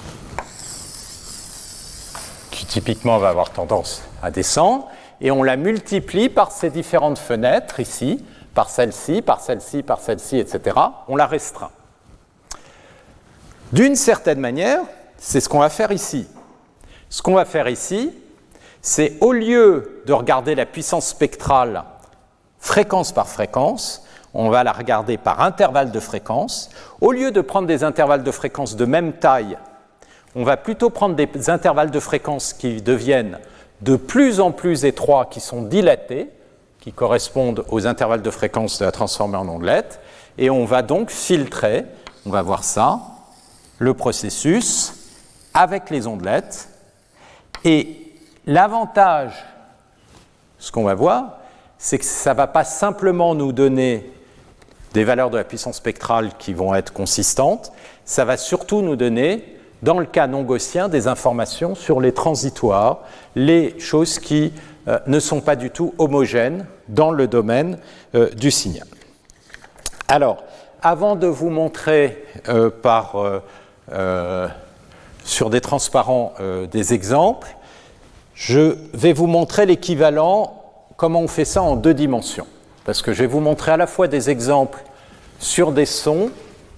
qui typiquement va avoir tendance à descendre, et on la multiplie par ces différentes fenêtres ici, par celle-ci, par celle-ci, par celle-ci, et cetera. On la restreint. D'une certaine manière, c'est ce qu'on va faire ici. Ce qu'on va faire ici, c'est au lieu de regarder la puissance spectrale fréquence par fréquence, on va la regarder par intervalle de fréquence. Au lieu de prendre des intervalles de fréquence de même taille, on va plutôt prendre des intervalles de fréquence qui deviennent de plus en plus étroits, qui sont dilatés, qui correspondent aux intervalles de fréquence de la transformée en ondelette, et on va donc filtrer, on va voir ça, le processus avec les ondelettes. Et l'avantage, ce qu'on va voir, c'est que ça ne va pas simplement nous donner des valeurs de la puissance spectrale qui vont être consistantes, ça va surtout nous donner, dans le cas non gaussien, des informations sur les transitoires, les choses qui euh, ne sont pas du tout homogènes dans le domaine euh, du signal. Alors, avant de vous montrer euh, par, euh, euh, sur des transparents euh, des exemples, je vais vous montrer l'équivalent, comment on fait ça en deux dimensions. Parce que je vais vous montrer à la fois des exemples sur des sons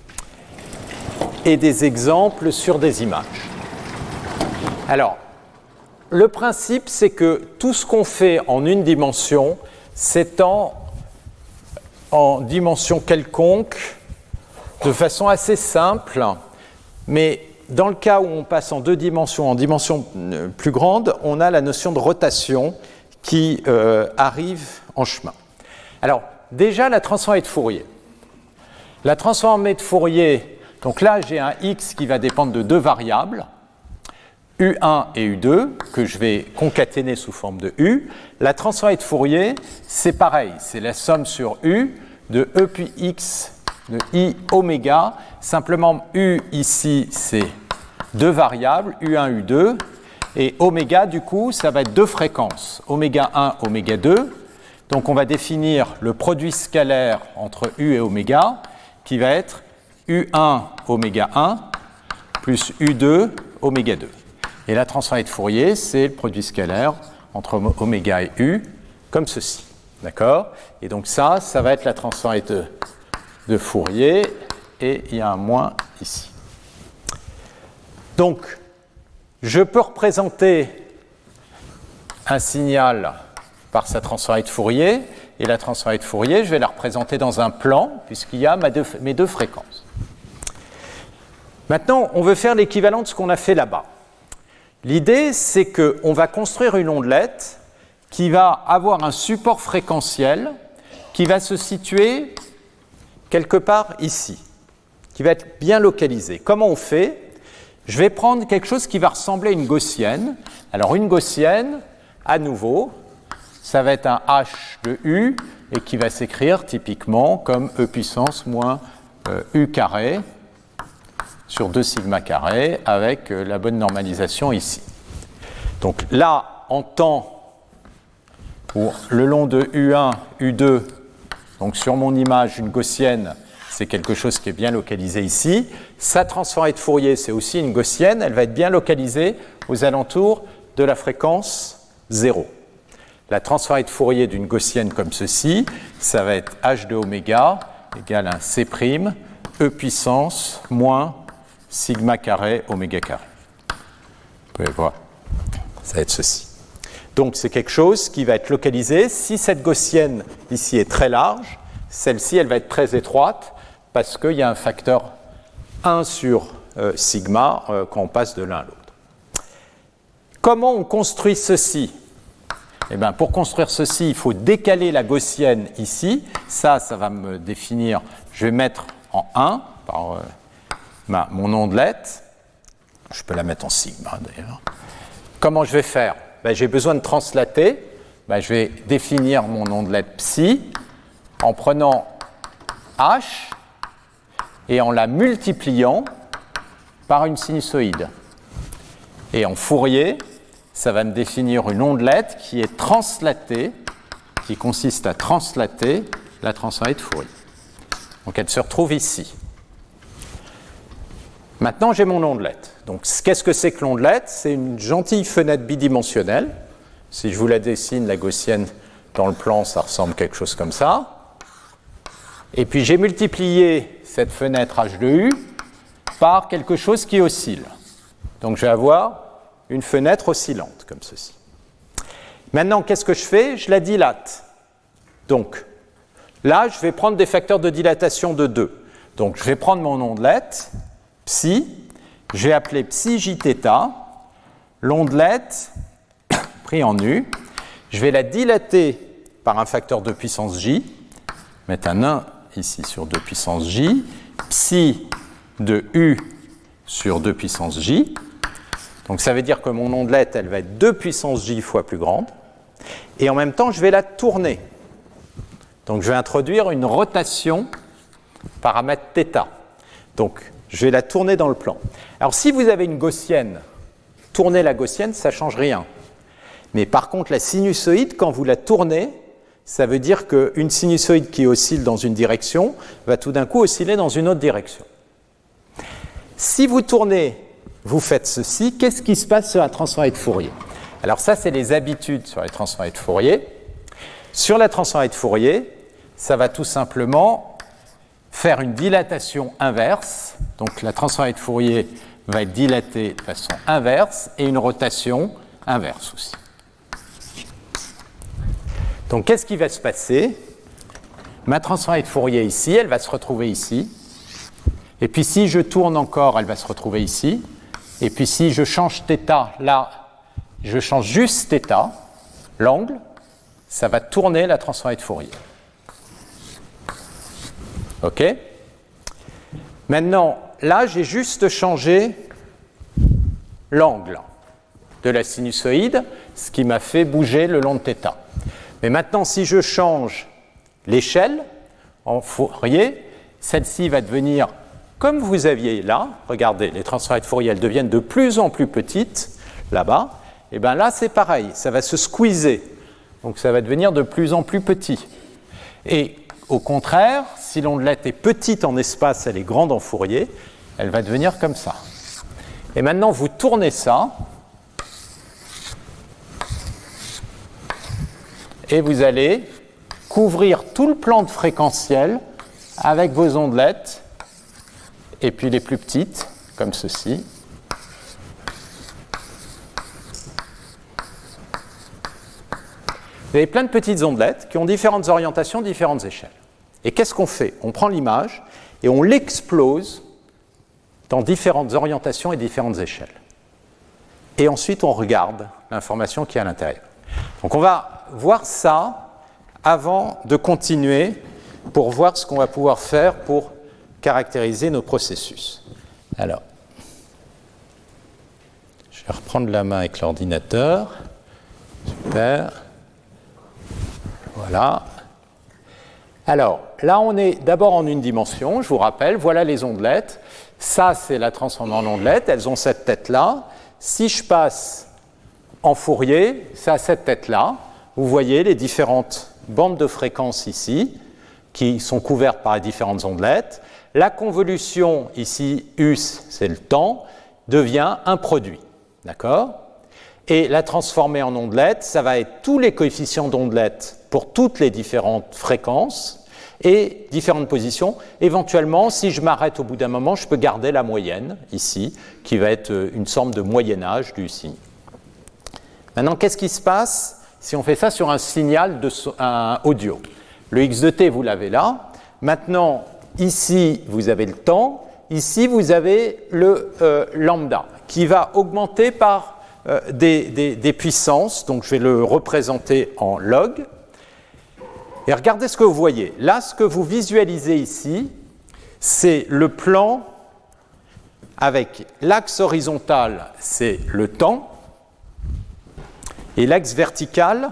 et des exemples sur des images. Alors, le principe, c'est que tout ce qu'on fait en une dimension s'étend en dimension quelconque de façon assez simple, mais dans le cas où on passe en deux dimensions, en dimension plus grande, on a la notion de rotation qui euh, arrive en chemin. Alors, déjà, la transformée de Fourier. La transformée de Fourier, donc là, j'ai un x qui va dépendre de deux variables, u un et u deux, que je vais concaténer sous forme de u. La transformée de Fourier, c'est pareil, c'est la somme sur u de e puis x de i oméga. Simplement, u ici, c'est deux variables, u un, u deux, et oméga, du coup, ça va être deux fréquences, oméga un, oméga deux. Donc, on va définir le produit scalaire entre u et oméga, qui va être u un, oméga un, plus u deux, oméga deux. Et la transformée de Fourier, c'est le produit scalaire entre oméga et u, comme ceci. D'accord? Et donc ça, ça va être la transformée de, de Fourier, et il y a un moins ici. Donc, je peux représenter un signal par sa transformée de Fourier, et la transformée de Fourier, je vais la représenter dans un plan, puisqu'il y a ma deux, mes deux fréquences. Maintenant, on veut faire l'équivalent de ce qu'on a fait là-bas. L'idée, c'est qu'on va construire une ondelette qui va avoir un support fréquentiel qui va se situer quelque part ici, qui va être bien localisé. Comment on fait? Je vais prendre quelque chose qui va ressembler à une gaussienne. Alors une gaussienne, à nouveau, ça va être un h de u et qui va s'écrire typiquement comme e puissance moins euh, u carré sur deux sigma carré avec euh, la bonne normalisation ici. Donc là, en temps, pour le long de u un, u deux, donc sur mon image, une gaussienne, c'est quelque chose qui est bien localisé ici. Sa transformée de Fourier, c'est aussi une gaussienne, elle va être bien localisée aux alentours de la fréquence zéro. La transformée de Fourier d'une gaussienne comme ceci, ça va être h de oméga égale un C', E puissance moins sigma carré oméga carré. Vous pouvez voir, ça va être ceci. Donc c'est quelque chose qui va être localisé. Si cette gaussienne ici est très large, celle-ci elle va être très étroite parce qu'il y a un facteur un sur euh, sigma euh, quand on passe de l'un à l'autre. Comment on construit ceci? Eh bien, pour construire ceci, il faut décaler la gaussienne ici. Ça, ça va me définir, je vais mettre en un par euh, ma, mon ondelette. Je peux la mettre en sigma d'ailleurs. Comment je vais faire? Ben, j'ai besoin de translater. Ben, je vais définir mon ondelette psi en prenant h et en la multipliant par une sinusoïde. Et en Fourier, ça va me définir une ondelette qui est translatée, qui consiste à translater la transformée de Fourier. Donc elle se retrouve ici. Maintenant, j'ai mon ondelette. Donc, qu'est-ce que c'est que l'ondelette? C'est une gentille fenêtre bidimensionnelle. Si je vous la dessine, la gaussienne, dans le plan, ça ressemble à quelque chose comme ça. Et puis, j'ai multiplié cette fenêtre H de U par quelque chose qui oscille. Donc, je vais avoir une fenêtre oscillante, comme ceci. Maintenant, qu'est-ce que je fais? Je la dilate. Donc, là, je vais prendre des facteurs de dilatation de deux. Donc, je vais prendre mon ondelette, psi, je vais appeler psi jθ, l'ondelette, pris en U, je vais la dilater par un facteur de puissance j, mettre un un ici sur deux puissance j, psi de U sur deux puissance j. Donc ça veut dire que mon ondelette, elle va être deux puissance j fois plus grande. Et en même temps, je vais la tourner. Donc je vais introduire une rotation paramètre θ. Donc je vais la tourner dans le plan. Alors si vous avez une gaussienne, tourner la gaussienne, ça ne change rien. Mais par contre, la sinusoïde, quand vous la tournez, ça veut dire qu'une sinusoïde qui oscille dans une direction va tout d'un coup osciller dans une autre direction. Si vous tournez, vous faites ceci, qu'est-ce qui se passe sur la transformée de Fourier? Alors ça, c'est les habitudes sur les transformées de Fourier. Sur la transformée de Fourier, ça va tout simplement faire une dilatation inverse. Donc la transformée de Fourier va être dilatée de façon inverse et une rotation inverse aussi. Donc qu'est-ce qui va se passer? Ma transformée de Fourier ici, elle va se retrouver ici. Et puis si je tourne encore, elle va se retrouver ici. Et puis si je change θ, là, je change juste θ, l'angle, ça va tourner la transformée de Fourier. OK? Maintenant, là, j'ai juste changé l'angle de la sinusoïde, ce qui m'a fait bouger le long de θ. Mais maintenant, si je change l'échelle en Fourier, celle-ci va devenir comme vous aviez là. Regardez, les transformées de Fourier, elles deviennent de plus en plus petites, là-bas. Et bien là, c'est pareil, ça va se squeezer. Donc ça va devenir de plus en plus petit. Et au contraire, si l'ondelette est petite en espace, elle est grande en Fourier, elle va devenir comme ça. Et maintenant, vous tournez ça, et vous allez couvrir tout le plan de fréquentiel avec vos ondelettes, et puis les plus petites, comme ceci. Vous avez plein de petites ondelettes qui ont différentes orientations, différentes échelles. Et qu'est-ce qu'on fait? On prend l'image et on l'explose dans différentes orientations et différentes échelles. Et ensuite, on regarde l'information qui est à l'intérieur. Donc on va voir ça avant de continuer pour voir ce qu'on va pouvoir faire pour caractériser nos processus. Alors, je vais reprendre la main avec l'ordinateur. Super. Voilà. Alors, là, on est d'abord en une dimension, je vous rappelle, voilà les ondelettes. Ça, c'est la transformée en ondelette, elles ont cette tête-là. Si je passe en Fourier, ça a cette tête-là. Vous voyez les différentes bandes de fréquences ici, qui sont couvertes par les différentes ondelettes. La convolution, ici, U, c'est le temps, devient un produit. D'accord ? Et la transformer en ondelettes, ça va être tous les coefficients d'ondelettes pour toutes les différentes fréquences et différentes positions. Éventuellement, si je m'arrête au bout d'un moment, je peux garder la moyenne, ici, qui va être une sorte de moyen-âge du signe. Maintenant, qu'est-ce qui se passe si on fait ça sur un signal de so- un audio? Le x de t, vous l'avez là. Maintenant, ici, vous avez le temps. Ici, vous avez le euh, lambda, qui va augmenter par euh, des, des, des puissances. Donc, je vais le représenter en log. Et regardez ce que vous voyez. Là, ce que vous visualisez ici, c'est le plan avec l'axe horizontal, c'est le temps, et l'axe vertical,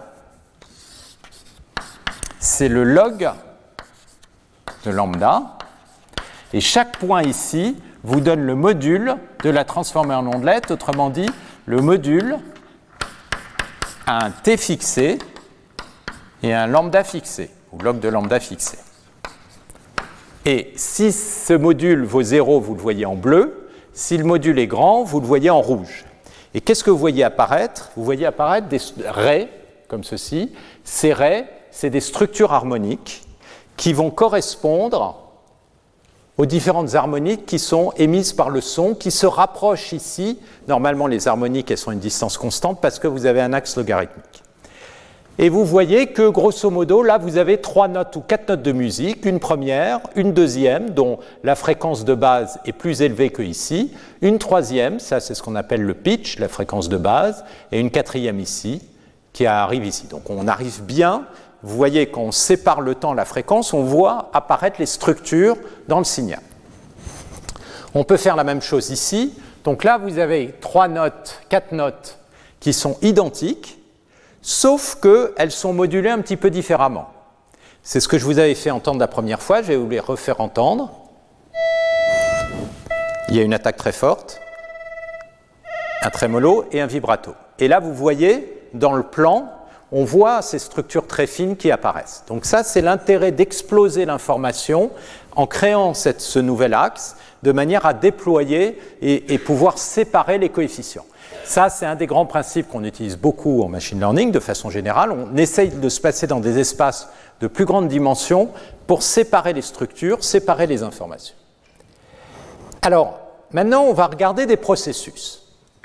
c'est le log de lambda. Et chaque point ici vous donne le module de la transformée en ondelette, autrement dit, le module à un t fixé et un lambda fixé, ou log de lambda fixé. Et si ce module vaut zéro, vous le voyez en bleu. Si le module est grand, vous le voyez en rouge. Et qu'est-ce que vous voyez apparaître? Vous voyez apparaître des raies, comme ceci. Ces raies, c'est des structures harmoniques qui vont correspondre aux différentes harmoniques qui sont émises par le son, qui se rapprochent ici. Normalement, les harmoniques, elles sont à une distance constante parce que vous avez un axe logarithmique. Et vous voyez que, grosso modo, là, vous avez trois notes ou quatre notes de musique, une première, une deuxième, dont la fréquence de base est plus élevée que ici, une troisième, ça c'est ce qu'on appelle le pitch, la fréquence de base, et une quatrième ici, qui arrive ici. Donc on arrive bien, vous voyez, quand on sépare le temps, la fréquence, on voit apparaître les structures dans le signal. On peut faire la même chose ici. Donc là, vous avez trois notes, quatre notes qui sont identiques, sauf qu'elles sont modulées un petit peu différemment. C'est ce que je vous avais fait entendre la première fois, je vais vous les refaire entendre. Il y a une attaque très forte, un trémolo et un vibrato. Et là, vous voyez, dans le plan, on voit ces structures très fines qui apparaissent. Donc ça, c'est l'intérêt d'exploser l'information en créant cette, ce nouvel axe, de manière à déployer et, et pouvoir séparer les coefficients. Ça, c'est un des grands principes qu'on utilise beaucoup en machine learning, de façon générale. On essaye de se placer dans des espaces de plus grande dimension pour séparer les structures, séparer les informations. Alors, maintenant, on va regarder des processus.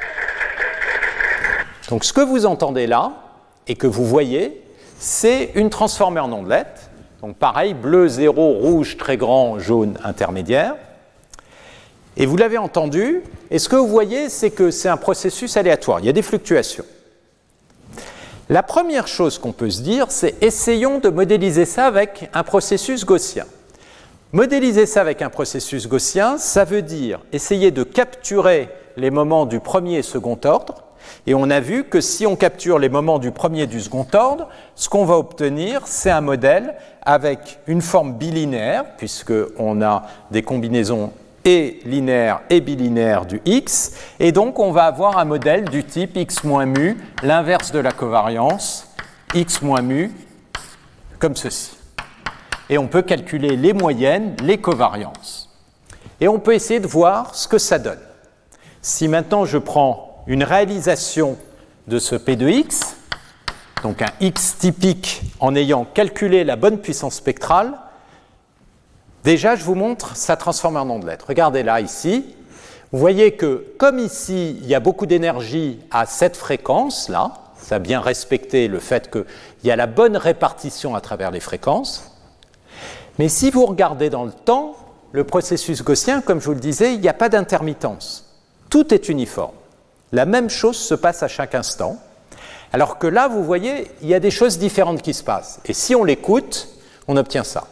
Donc, ce que vous entendez là, et que vous voyez, c'est une transformée en ondelette. Donc, pareil, bleu, zéro, rouge, très grand, jaune, intermédiaire. Et vous l'avez entendu, et ce que vous voyez, c'est que c'est un processus aléatoire, il y a des fluctuations. La première chose qu'on peut se dire, c'est essayons de modéliser ça avec un processus gaussien. Modéliser ça avec un processus gaussien, ça veut dire essayer de capturer les moments du premier et second ordre, et on a vu que si on capture les moments du premier et du second ordre, ce qu'on va obtenir, c'est un modèle avec une forme bilinéaire, puisqu'on a des combinaisons et linéaire et bilinéaire du x, et donc on va avoir un modèle du type x moins mu, l'inverse de la covariance, x moins mu, comme ceci. Et on peut calculer les moyennes, les covariances. Et on peut essayer de voir ce que ça donne. Si maintenant je prends une réalisation de ce P de x, donc un x typique en ayant calculé la bonne puissance spectrale, déjà, je vous montre sa transformée en ondelette. Regardez là, ici. Vous voyez que, comme ici, il y a beaucoup d'énergie à cette fréquence-là, ça a bien respecté le fait qu'il y a la bonne répartition à travers les fréquences. Mais si vous regardez dans le temps, le processus gaussien, comme je vous le disais, il n'y a pas d'intermittence. Tout est uniforme. La même chose se passe à chaque instant. Alors que là, vous voyez, il y a des choses différentes qui se passent. Et si on l'écoute, on obtient ça.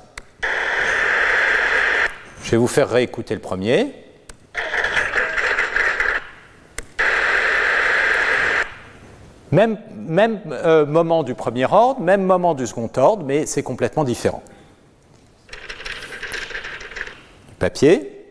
Je vais vous faire réécouter le premier. Même, même euh, moment du premier ordre, même moment du second ordre, mais c'est complètement différent. Le papier.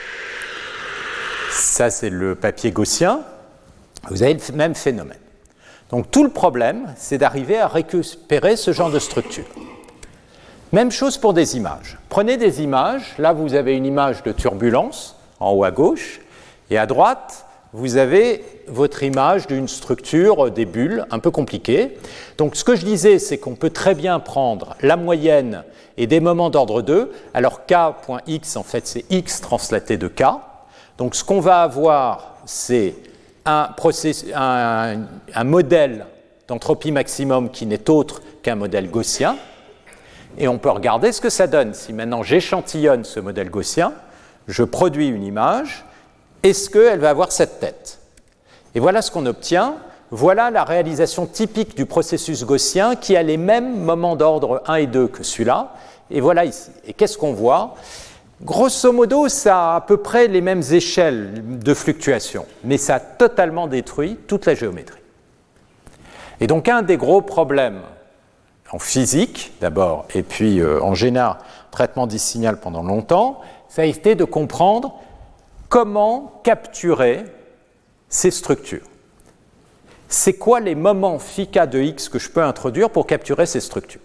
Ça, c'est le papier gaussien. Vous avez le même phénomène. Donc tout le problème, c'est d'arriver à récupérer ce genre de structure. Même chose pour des images. Prenez des images. Là, vous avez une image de turbulence, en haut à gauche, et à droite, vous avez votre image d'une structure, des bulles, un peu compliquée. Donc, ce que je disais, c'est qu'on peut très bien prendre la moyenne et des moments d'ordre deux. Alors, k.x, en fait, c'est x translaté de k. Donc, ce qu'on va avoir, c'est un, un, un modèle d'entropie maximum qui n'est autre qu'un modèle gaussien. Et on peut regarder ce que ça donne. Si maintenant j'échantillonne ce modèle gaussien, je produis une image, est-ce qu'elle va avoir cette tête? Et voilà ce qu'on obtient. Voilà la réalisation typique du processus gaussien qui a les mêmes moments d'ordre un et deux que celui-là. Et voilà ici. Et qu'est-ce qu'on voit? Grosso modo, ça a à peu près les mêmes échelles de fluctuation, mais ça a totalement détruit toute la géométrie. Et donc un des gros problèmes en physique d'abord, et puis euh, en général, traitement du signal pendant longtemps, ça a été de comprendre comment capturer ces structures. C'est quoi les moments phi k de x que je peux introduire pour capturer ces structures?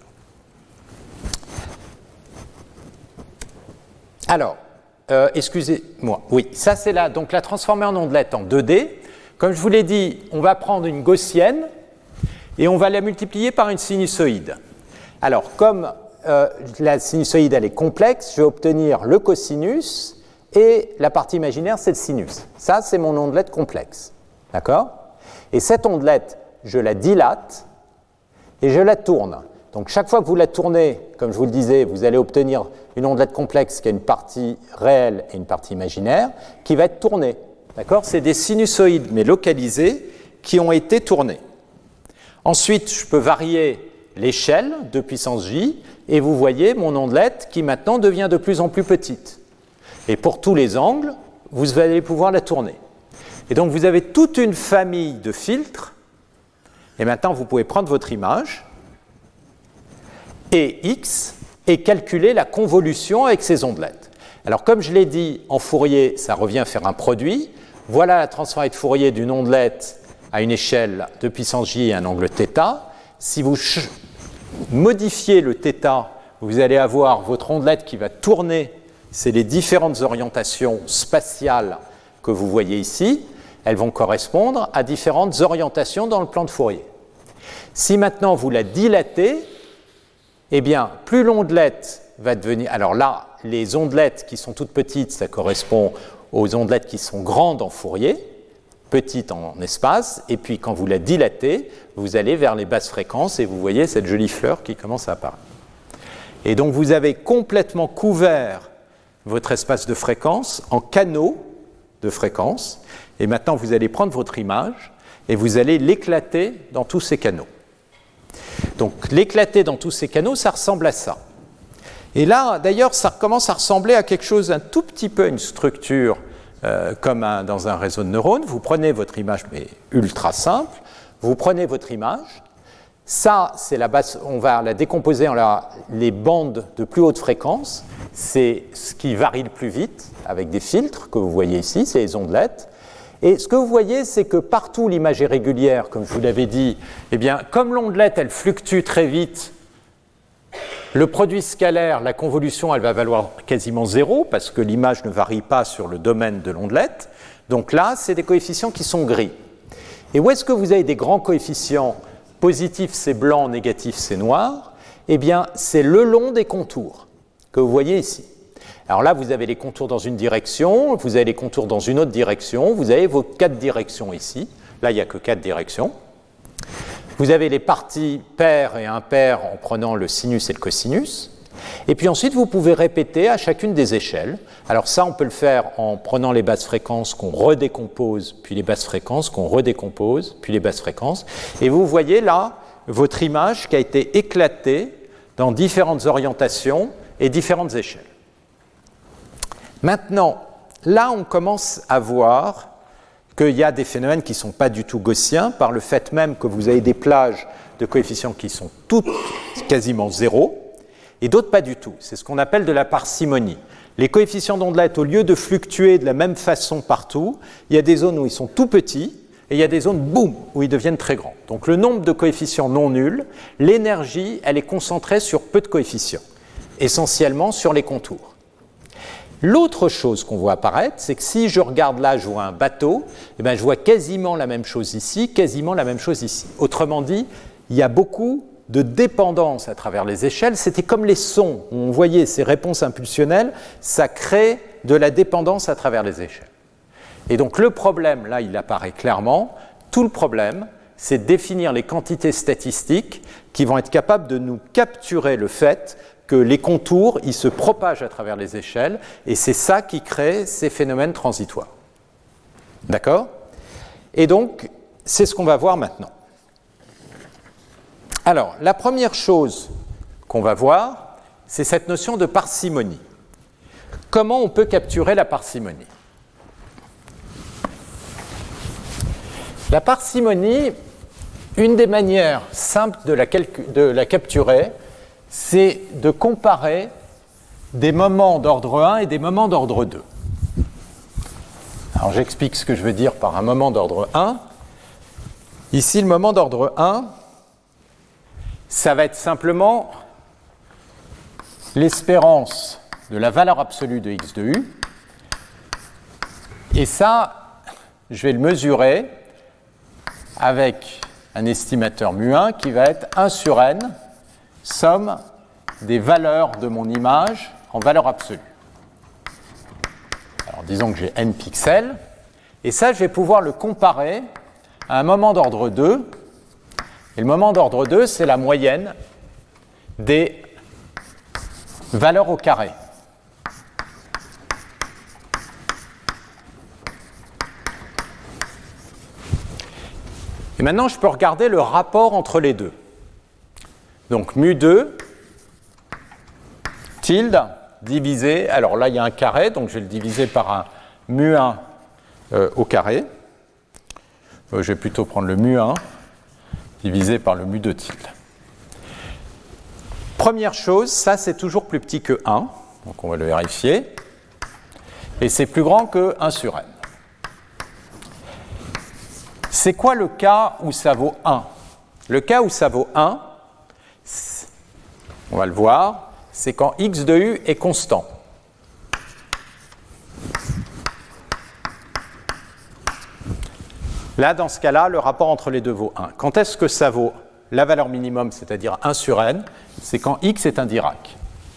Alors, euh, excusez-moi, oui, ça c'est là, donc la transformer en ondelette en deux D. Comme je vous l'ai dit, on va prendre une gaussienne et on va la multiplier par une sinusoïde. Alors, comme euh, la sinusoïde elle est complexe, je vais obtenir le cosinus et la partie imaginaire c'est le sinus. Ça c'est mon ondelette complexe, d'accord? Et cette ondelette, je la dilate et je la tourne. Donc chaque fois que vous la tournez, comme je vous le disais, vous allez obtenir une ondelette complexe qui a une partie réelle et une partie imaginaire qui va être tournée. D'accord? C'est des sinusoïdes mais localisés qui ont été tournés. Ensuite, je peux varier l'échelle de puissance j et vous voyez mon ondelette qui maintenant devient de plus en plus petite. Et pour tous les angles, vous allez pouvoir la tourner. Et donc vous avez toute une famille de filtres et maintenant vous pouvez prendre votre image et x et calculer la convolution avec ces ondelettes. Alors comme je l'ai dit, en Fourier, ça revient à faire un produit. Voilà la transformée de Fourier d'une ondelette à une échelle de puissance j et un angle θ. Si vous modifiez le θ, vous allez avoir votre ondelette qui va tourner. C'est les différentes orientations spatiales que vous voyez ici. Elles vont correspondre à différentes orientations dans le plan de Fourier. Si maintenant vous la dilatez, eh bien, plus l'ondelette va devenir... Alors là, les ondelettes qui sont toutes petites, ça correspond aux ondelettes qui sont grandes en Fourier, petites en espace, et puis quand vous la dilatez, vous allez vers les basses fréquences et vous voyez cette jolie fleur qui commence à apparaître. Et donc vous avez complètement couvert votre espace de fréquence en canaux de fréquences, et maintenant vous allez prendre votre image et vous allez l'éclater dans tous ces canaux. Donc l'éclater dans tous ces canaux, ça ressemble à ça. Et là, d'ailleurs, ça commence à ressembler à quelque chose un tout petit peu, une structure euh, comme un, dans un réseau de neurones. Vous prenez votre image, mais ultra simple, vous prenez votre image, ça, c'est la base, on va la décomposer en la, les bandes de plus haute fréquence, c'est ce qui varie le plus vite, avec des filtres que vous voyez ici, c'est les ondelettes. Et ce que vous voyez, c'est que partout l'image est régulière, comme je vous l'avais dit. Eh bien, comme l'ondelette, elle fluctue très vite, le produit scalaire, la convolution, elle va valoir quasiment zéro, parce que l'image ne varie pas sur le domaine de l'ondelette. Donc là, c'est des coefficients qui sont gris. Et où est-ce que vous avez des grands coefficients? Positif, c'est blanc, négatif, c'est noir. Eh bien, c'est le long des contours que vous voyez ici. Alors là, vous avez les contours dans une direction, vous avez les contours dans une autre direction, vous avez vos quatre directions ici. Là, il n'y a que quatre directions. Vous avez les parties paires et impaires en prenant le sinus et le cosinus. Et puis ensuite, vous pouvez répéter à chacune des échelles. Alors ça, on peut le faire en prenant les basses fréquences qu'on redécompose, puis les basses fréquences qu'on redécompose, puis les basses fréquences. Et vous voyez là votre image qui a été éclatée dans différentes orientations et différentes échelles. Maintenant, là, on commence à voir qu'il y a des phénomènes qui ne sont pas du tout gaussiens, par le fait même que vous avez des plages de coefficients qui sont toutes quasiment zéro, et d'autres pas du tout. C'est ce qu'on appelle de la parcimonie. Les coefficients d'ondelette, au lieu de fluctuer de la même façon partout, il y a des zones où ils sont tout petits, et il y a des zones, boum, où ils deviennent très grands. Donc le nombre de coefficients non nuls, l'énergie, elle est concentrée sur peu de coefficients. essentiellement sur les contours. L'autre chose qu'on voit apparaître, c'est que si je regarde là, je vois un bateau, eh bien, je vois quasiment la même chose ici, quasiment la même chose ici. Autrement dit, il y a beaucoup de dépendance à travers les échelles. C'était comme les sons, où on voyait ces réponses impulsionnelles, ça crée de la dépendance à travers les échelles. Et donc le problème, là, il apparaît clairement. Tout le problème, c'est de définir les quantités statistiques qui vont être capables de nous capturer le fait que les contours, ils se propagent à travers les échelles, et c'est ça qui crée ces phénomènes transitoires. D'accord ? Et donc, c'est ce qu'on va voir maintenant. Alors, la première chose qu'on va voir, c'est cette notion de parcimonie. Comment on peut capturer la parcimonie ? La parcimonie, une des manières simples de la, calcu- de la capturer, c'est de comparer des moments d'ordre un et des moments d'ordre deux. Alors j'explique ce que je veux dire par un moment d'ordre un. Ici, le moment d'ordre un, ça va être simplement l'espérance de la valeur absolue de x de u. Et ça, je vais le mesurer avec un estimateur mu un qui va être un sur n, somme des valeurs de mon image en valeur absolue. Alors disons que j'ai n pixels, et ça je vais pouvoir le comparer à un moment d'ordre deux, et le moment d'ordre deux c'est la moyenne des valeurs au carré. Et maintenant je peux regarder le rapport entre les deux. Donc mu deux tilde divisé, alors là il y a un carré, donc je vais le diviser par un mu un euh, au carré. Euh, je vais plutôt prendre le mu un divisé par le mu deux tilde. Première chose, ça c'est toujours plus petit que un, donc on va le vérifier, et c'est plus grand que un sur n. C'est quoi le cas où ça vaut un ? Le cas où ça vaut un, on va le voir, c'est quand x de u est constant. Là, dans ce cas-là, le rapport entre les deux vaut un. Quand est-ce que ça vaut la valeur minimum, c'est-à-dire un sur n ? C'est quand x est un Dirac.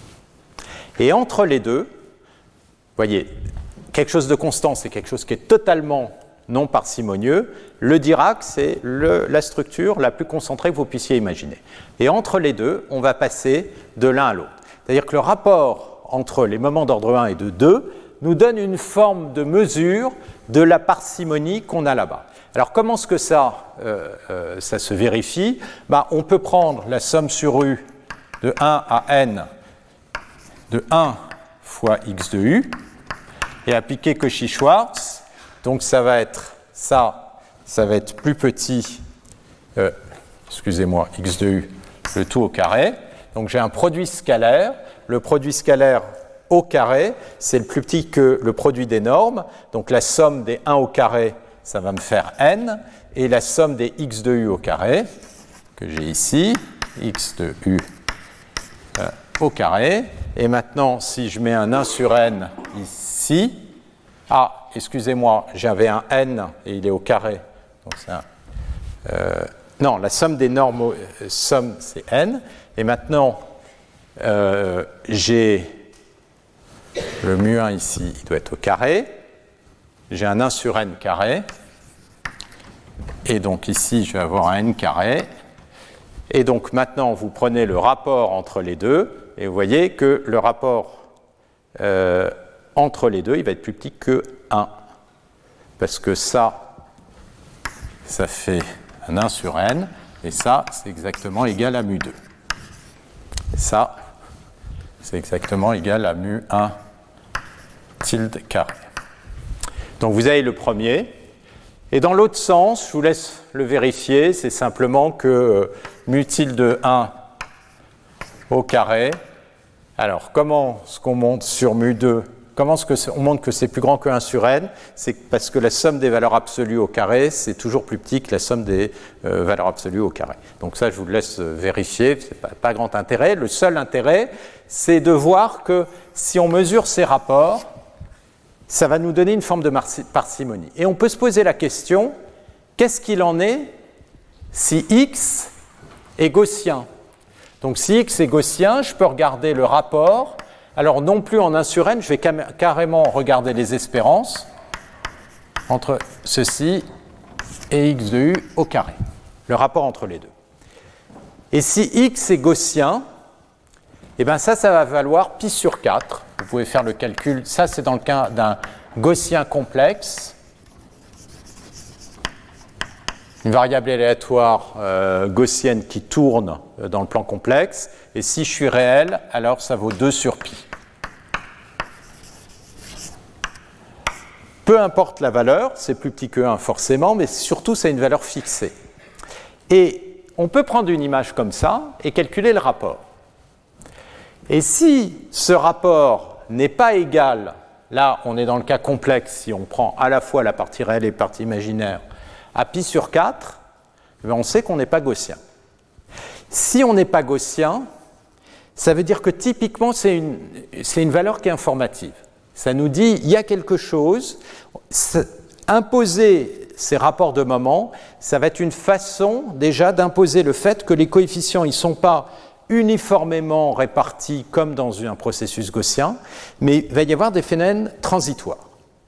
Et entre les deux, vous voyez, quelque chose de constant, c'est quelque chose qui est totalement non parcimonieux. Le Dirac, c'est le, la structure la plus concentrée que vous puissiez imaginer. Et entre les deux, on va passer de l'un à l'autre. C'est-à-dire que le rapport entre les moments d'ordre un et de deux nous donne une forme de mesure de la parcimonie qu'on a là-bas. Alors comment est-ce que ça, euh, euh, ça se vérifie ? Ben, on peut prendre la somme sur u de un à n de un fois x de u et appliquer Cauchy-Schwarz. Donc ça va être ça, ça va être plus petit, euh, excusez-moi, x de u, le tout au carré. Donc j'ai un produit scalaire. Le produit scalaire au carré, c'est le plus petit que le produit des normes. Donc la somme des un au carré, ça va me faire n. Et la somme des x de u au carré, que j'ai ici, x de u euh, au carré. Et maintenant, si je mets un un sur n ici, ah, excusez-moi, j'avais un n et il est au carré. Donc c'est un, euh, non, la somme des normes, euh, somme c'est n. Et maintenant, euh, j'ai le mu un ici, il doit être au carré. J'ai un un sur n carré. Et donc ici, je vais avoir un n carré. Et donc maintenant, vous prenez le rapport entre les deux. Et vous voyez que le rapport euh, entre les deux, il va être plus petit que un. Parce que ça, ça fait un un sur n. Et ça, c'est exactement égal à mu deux. Et ça, c'est exactement égal à mu un tilde carré. Donc vous avez le premier. Et dans l'autre sens, je vous laisse le vérifier, c'est simplement que euh, mu tilde un au carré. Alors, comment est-ce qu'on monte sur mu deux comment est-ce que on montre que c'est plus grand que un sur n? C'est parce que la somme des valeurs absolues au carré, c'est toujours plus petit que la somme des euh, valeurs absolues au carré. Donc ça, je vous laisse vérifier, c'est pas, pas grand intérêt. Le seul intérêt, c'est de voir que si on mesure ces rapports, ça va nous donner une forme de parcimonie. Et on peut se poser la question, qu'est-ce qu'il en est si x est gaussien? Donc si x est gaussien, je peux regarder le rapport. Alors non plus en un sur n, je vais carrément regarder les espérances entre ceci et x de u au carré, le rapport entre les deux. Et si x est gaussien, eh bien ça, ça va valoir pi sur quatre. Vous pouvez faire le calcul, ça c'est dans le cas d'un gaussien complexe, une variable aléatoire euh, gaussienne qui tourne dans le plan complexe, et si je suis réel, alors ça vaut deux sur pi. Peu importe la valeur, c'est plus petit que un forcément, mais surtout c'est une valeur fixée. Et on peut prendre une image comme ça et calculer le rapport. Et si ce rapport n'est pas égal, là on est dans le cas complexe, si on prend à la fois la partie réelle et la partie imaginaire, à pi sur quatre, on sait qu'on n'est pas gaussien. Si on n'est pas gaussien, ça veut dire que typiquement c'est une, c'est une valeur qui est informative. Ça nous dit il y a quelque chose, imposer ces rapports de moment, ça va être une façon déjà d'imposer le fait que les coefficients ils ne sont pas uniformément répartis comme dans un processus gaussien, mais il va y avoir des phénomènes transitoires.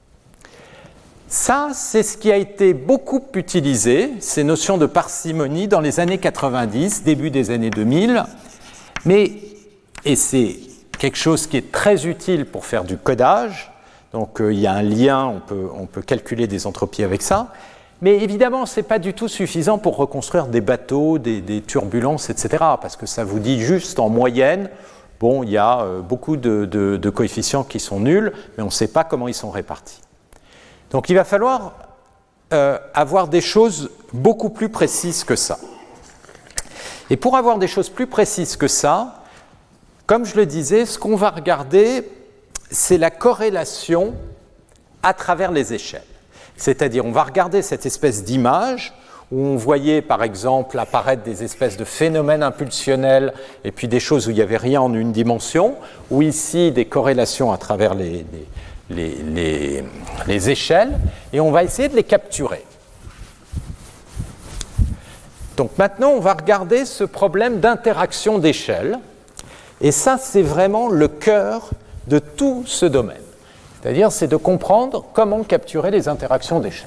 Ça, c'est ce qui a été beaucoup utilisé, ces notions de parcimonie, dans les années quatre-vingt-dix, début des années deux mille. Mais, et c'est quelque chose qui est très utile pour faire du codage, donc euh, il y a un lien, on peut, on peut calculer des entropies avec ça, mais évidemment, ce n'est pas du tout suffisant pour reconstruire des bateaux, des, des turbulences, et cetera, parce que ça vous dit juste en moyenne, bon, il y a euh, beaucoup de, de, de coefficients qui sont nuls, mais on ne sait pas comment ils sont répartis. Donc il va falloir euh, avoir des choses beaucoup plus précises que ça. Et pour avoir des choses plus précises que ça, comme je le disais, ce qu'on va regarder, c'est la corrélation à travers les échelles. C'est-à-dire, on va regarder cette espèce d'image où on voyait par exemple apparaître des espèces de phénomènes impulsionnels et puis des choses où il n'y avait rien en une dimension, ou ici des corrélations à travers les... les Les, les, les échelles, et on va essayer de les capturer. Donc maintenant, on va regarder ce problème d'interaction d'échelle, et ça, c'est vraiment le cœur de tout ce domaine. C'est-à-dire, c'est de comprendre comment capturer les interactions d'échelle.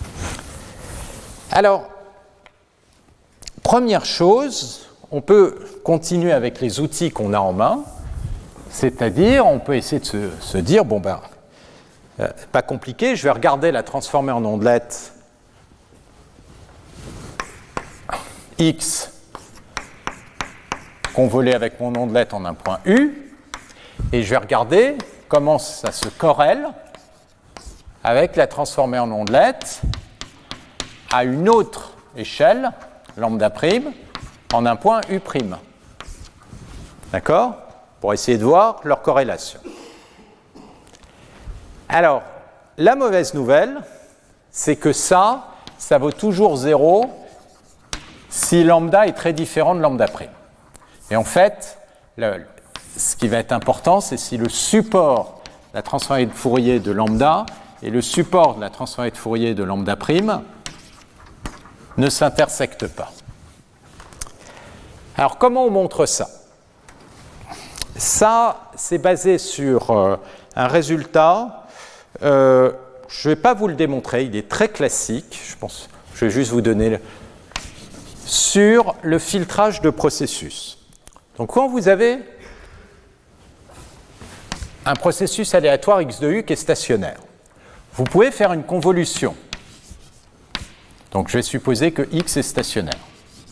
Alors, première chose, on peut continuer avec les outils qu'on a en main, c'est-à-dire, on peut essayer de se, se dire, bon ben, Euh, pas compliqué, je vais regarder la transformer en ondelette x convolée avec mon ondelette en un point U, et je vais regarder comment ça se corrèle avec la transformer en ondelette à une autre échelle, lambda prime, en un point U prime. D'accord? Pour essayer de voir leur corrélation. Alors, la mauvaise nouvelle, c'est que ça, ça vaut toujours zéro si lambda est très différent de lambda prime. Et en fait, le, ce qui va être important, c'est si le support de la transformée de Fourier de lambda et le support de la transformée de Fourier de lambda prime ne s'intersectent pas. Alors, comment on montre ça? Ça, c'est basé sur euh, un résultat. Euh, je ne vais pas vous le démontrer, il est très classique, je pense. Je vais juste vous donner le... sur le filtrage de processus. Donc quand vous avez un processus aléatoire x de u qui est stationnaire, vous pouvez faire une convolution. Donc je vais supposer que x est stationnaire.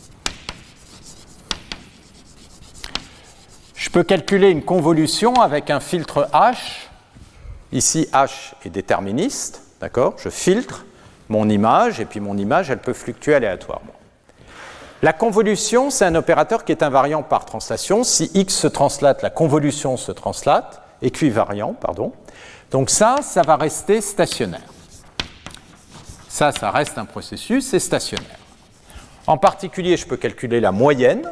Je peux calculer une convolution avec un filtre H. Ici, H est déterministe, d'accord? Je filtre mon image, et puis mon image, elle peut fluctuer aléatoirement. La convolution, c'est un opérateur qui est invariant par translation. Si x se translate, la convolution se translate, équivariant, pardon. Donc ça, ça va rester stationnaire. Ça, ça reste un processus, c'est stationnaire. En particulier, je peux calculer la moyenne.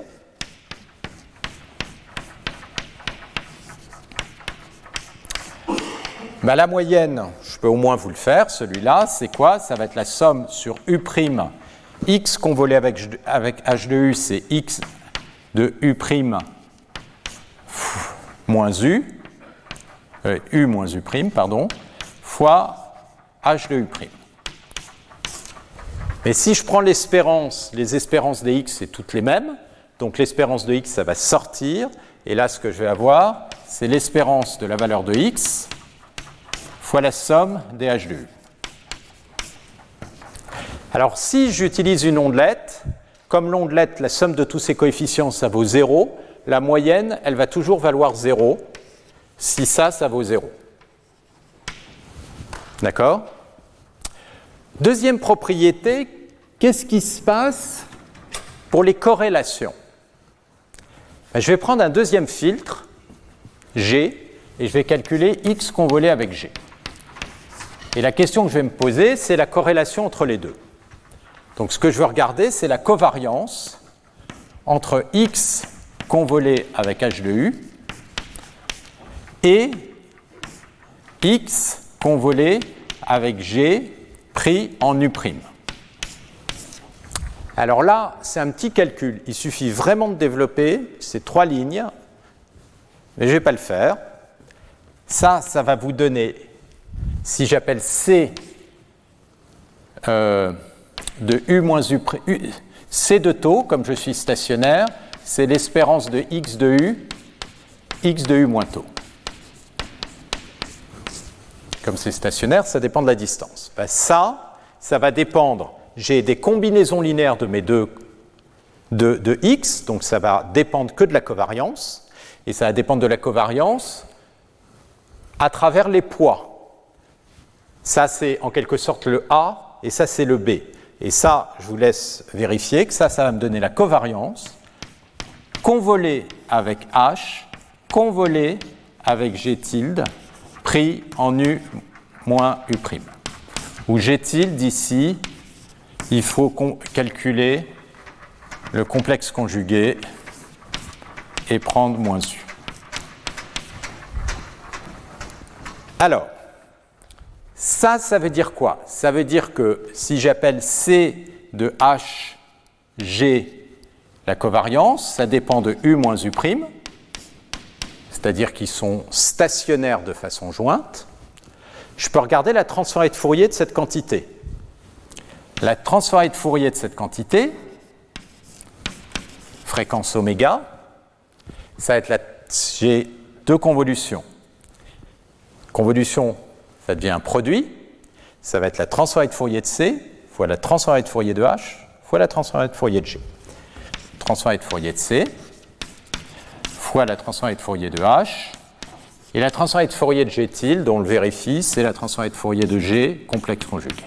Ben, la moyenne, je peux au moins vous le faire, celui-là, c'est quoi? Ça va être la somme sur U', x convolé avec, avec h de u, c'est x de U' moins u, euh, u moins u', pardon, fois h de u'. Mais si je prends l'espérance, les espérances des x, c'est toutes les mêmes, donc l'espérance de x, ça va sortir, et là, ce que je vais avoir, c'est l'espérance de la valeur de x fois la somme des h de u. Alors, si j'utilise une ondelette, comme l'ondelette, la somme de tous ses coefficients, ça vaut zéro, la moyenne, elle va toujours valoir zéro, si ça, ça vaut zéro. D'accord? Deuxième propriété, qu'est-ce qui se passe pour les corrélations? Ben, je vais prendre un deuxième filtre, G, et je vais calculer x convolé avec G. Et la question que je vais me poser, c'est la corrélation entre les deux. Donc ce que je veux regarder, c'est la covariance entre x convolé avec h de u et x convolé avec G pris en U'. Alors là, c'est un petit calcul. Il suffit vraiment de développer ces trois lignes, mais je ne vais pas le faire. Ça, ça va vous donner, si j'appelle C euh, de U moins U', C de taux, comme je suis stationnaire, c'est l'espérance de x de U, x de U moins taux. Comme c'est stationnaire, ça dépend de la distance. Ben ça, ça va dépendre, j'ai des combinaisons linéaires de mes deux de, de x, donc ça va dépendre que de la covariance, et ça va dépendre de la covariance à travers les poids. Ça, c'est en quelque sorte le A, et ça, c'est le B. Et ça, je vous laisse vérifier que ça, ça va me donner la covariance convolée avec H, convolée avec G tilde, pris en U moins U'. Où G tilde, ici, il faut calculer le complexe conjugué et prendre moins U. Alors, ça, ça veut dire quoi? Ça veut dire que si j'appelle C de H, G, la covariance, ça dépend de U moins U', c'est-à-dire qu'ils sont stationnaires de façon jointe. Je peux regarder la transformée de Fourier de cette quantité. La transformée de Fourier de cette quantité, fréquence oméga, ça va être la, j'ai deux convolutions. Convolution, ça devient un produit, ça va être la transformée de Fourier de C fois la transformée de Fourier de H fois la transformée de Fourier de G. Transformée de Fourier de C fois la transformée de Fourier de H, et la transformée de Fourier de G tilde, on le vérifie, c'est la transformée de Fourier de G complexe conjugué.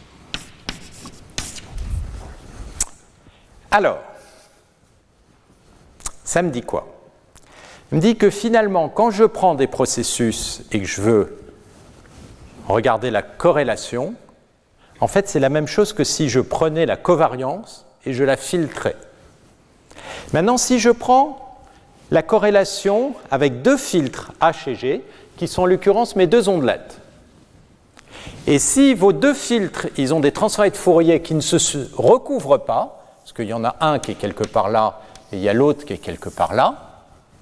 Alors, ça me dit quoi? Ça me dit que finalement, quand je prends des processus et que je veux regarder la corrélation, en fait, c'est la même chose que si je prenais la covariance et je la filtrais. Maintenant, si je prends la corrélation avec deux filtres H et G, qui sont en l'occurrence mes deux ondelettes. Et si vos deux filtres, ils ont des transformées de Fourier qui ne se recouvrent pas, parce qu'il y en a un qui est quelque part là, et il y a l'autre qui est quelque part là,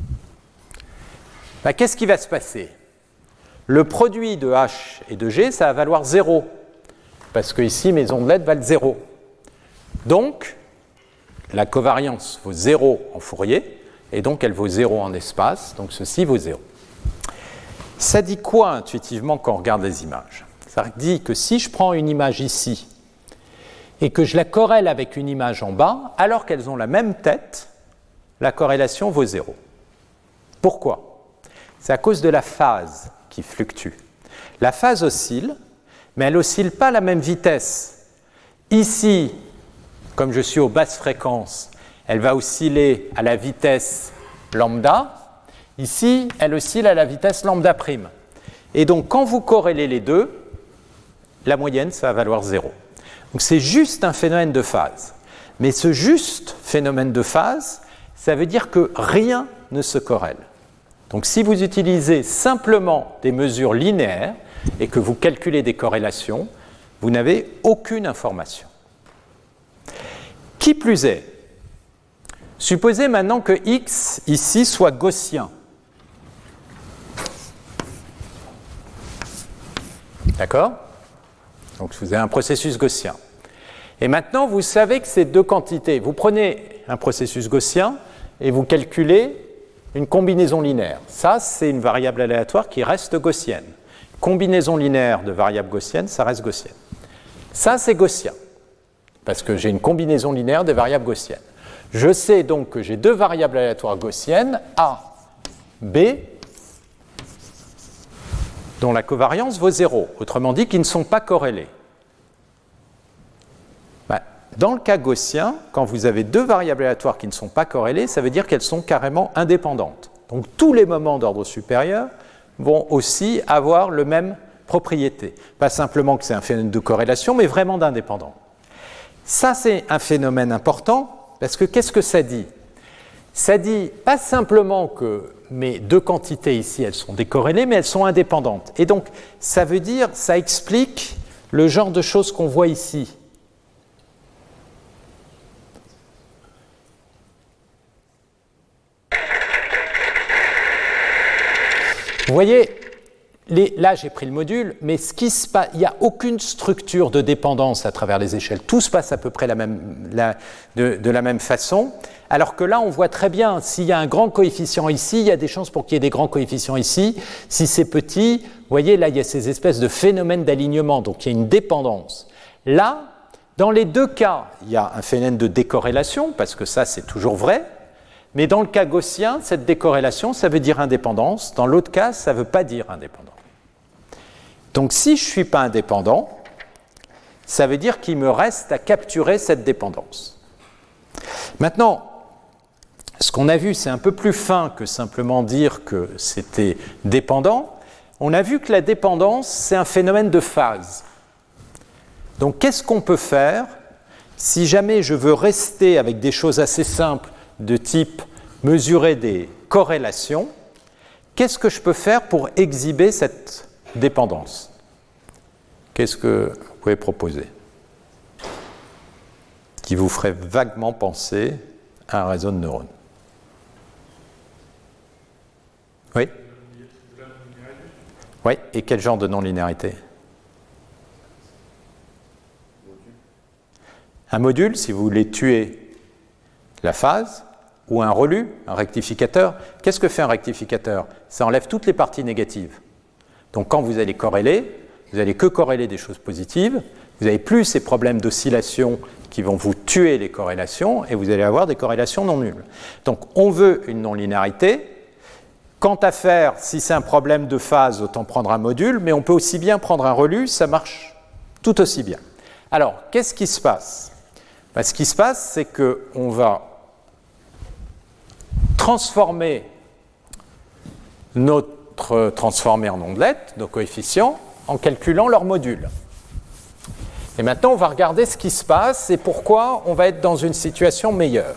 ben, qu'est-ce qui va se passer? Le produit de H et de G, ça va valoir zéro, parce que ici, mes ondelettes valent zéro. Donc, la covariance vaut zéro en Fourier, et donc elle vaut zéro en espace, donc ceci vaut zéro. Ça dit quoi intuitivement quand on regarde les images? Ça dit que si je prends une image ici et que je la corrèle avec une image en bas, alors qu'elles ont la même tête, la corrélation vaut zéro. Pourquoi? C'est à cause de la phase qui fluctue. La phase oscille, mais elle n'oscille pas à la même vitesse. Ici, comme je suis aux basses fréquences, elle va osciller à la vitesse lambda. ici, elle oscille à la vitesse lambda prime. Et donc, quand vous corrélez les deux, la moyenne, ça va valoir zéro. Donc, c'est juste un phénomène de phase. Mais ce juste phénomène de phase, ça veut dire que rien ne se corrèle. Donc, si vous utilisez simplement des mesures linéaires et que vous calculez des corrélations, vous n'avez aucune information. Qui plus est, supposez maintenant que x, ici, soit gaussien. D'accord? Donc, vous avez un processus gaussien. Et maintenant, vous savez que ces deux quantités, vous prenez un processus gaussien et vous calculez une combinaison linéaire. Ça, c'est une variable aléatoire qui reste gaussienne. Combinaison linéaire de variables gaussiennes, ça reste gaussienne. Ça, c'est gaussien, parce que j'ai une combinaison linéaire des variables gaussiennes. Je sais donc que j'ai deux variables aléatoires gaussiennes, A, B, dont la covariance vaut zéro, autrement dit, qui ne sont pas corrélées. Ben, dans le cas gaussien, quand vous avez deux variables aléatoires qui ne sont pas corrélées, ça veut dire qu'elles sont carrément indépendantes. Donc tous les moments d'ordre supérieur vont aussi avoir le même propriété. Pas simplement que c'est un phénomène de corrélation, mais vraiment d'indépendant. Ça, c'est un phénomène important, parce que qu'est-ce que ça dit? Ça dit pas simplement que mes deux quantités ici, elles sont décorrélées, mais elles sont indépendantes. Et donc, ça veut dire, ça explique le genre de choses qu'on voit ici. Vous voyez, les, là j'ai pris le module, mais ce qui se passe, il n'y a aucune structure de dépendance à travers les échelles. Tout se passe à peu près la même, la, de, de la même façon. Alors que là, on voit très bien, s'il y a un grand coefficient ici, il y a des chances pour qu'il y ait des grands coefficients ici. Si c'est petit, vous voyez, là, il y a ces espèces de phénomènes d'alignement, donc il y a une dépendance. Là, dans les deux cas, il y a un phénomène de décorrélation, parce que ça, c'est toujours vrai. Mais dans le cas gaussien, cette décorrélation, ça veut dire indépendance. Dans l'autre cas, ça ne veut pas dire indépendant. Donc, si je ne suis pas indépendant, ça veut dire qu'il me reste à capturer cette dépendance. Maintenant, ce qu'on a vu, c'est un peu plus fin que simplement dire que c'était dépendant. On a vu que la dépendance, c'est un phénomène de phase. Donc, qu'est-ce qu'on peut faire si jamais je veux rester avec des choses assez simples de type mesurer des corrélations? Qu'est-ce que je peux faire pour exhiber cette dépendance? Qu'est-ce que vous pouvez proposer qui vous ferait vaguement penser à un réseau de neurones? Oui? Oui, et quel genre de non-linéarité? Un module, si vous voulez tuer la phase, ou un relu, un rectificateur. Qu'est-ce que fait un rectificateur? Ça enlève toutes les parties négatives. Donc quand vous allez corréler, vous n'allez que corréler des choses positives, vous n'avez plus ces problèmes d'oscillation qui vont vous tuer les corrélations, et vous allez avoir des corrélations non nulles. Donc on veut une non-linéarité. Quant à faire, si c'est un problème de phase, autant prendre un module, mais on peut aussi bien prendre un relu, ça marche tout aussi bien. Alors, qu'est-ce qui se passe? Ben, ce qui se passe, c'est qu'on va transformer notre transformé en ondelette, nos coefficients, en calculant leur module. Et maintenant, on va regarder ce qui se passe et pourquoi on va être dans une situation meilleure.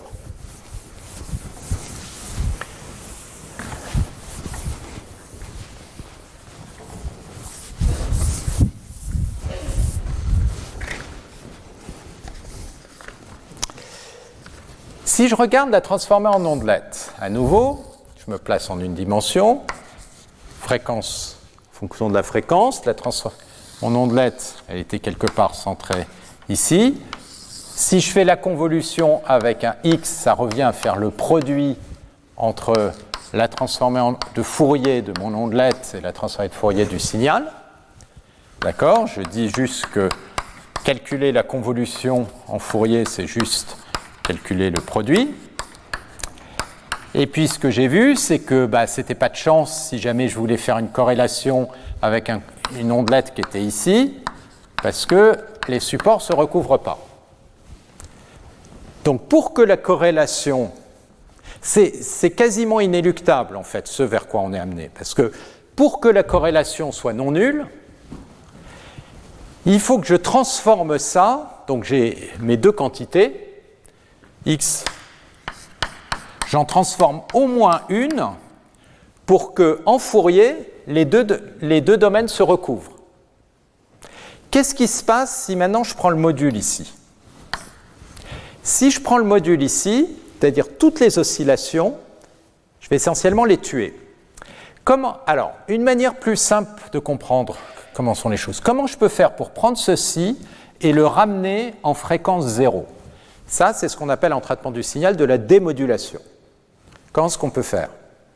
Si je regarde la transformée en ondelette, à nouveau, je me place en une dimension, fréquence, fonction de la fréquence, la transformée en ondelette, elle était quelque part centrée ici. Si je fais la convolution avec un x, ça revient à faire le produit entre la transformée en, de Fourier de mon ondelette et la transformée de Fourier du signal. D'accord? Je dis juste que calculer la convolution en Fourier, c'est juste calculer le produit. Et puis ce que j'ai vu, c'est que bah, ce n'était pas de chance si jamais je voulais faire une corrélation avec un, une ondelette qui était ici, parce que les supports ne se recouvrent pas. Donc pour que la corrélation... C'est quasiment inéluctable, en fait, ce vers quoi on est amené. Parce que pour que la corrélation soit non nulle, il faut que je transforme ça, donc j'ai mes deux quantités, x, j'en transforme au moins une pour que, en Fourier, les deux, les deux domaines se recouvrent. Qu'est-ce qui se passe si maintenant je prends le module ici? Si je prends le module ici, c'est-à-dire toutes les oscillations, je vais essentiellement les tuer. Comment? Alors, une manière plus simple de comprendre comment sont les choses. Comment je peux faire pour prendre ceci et le ramener en fréquence zéro? Ça, c'est ce qu'on appelle en traitement du signal de la démodulation. Comment est-ce qu'on peut faire?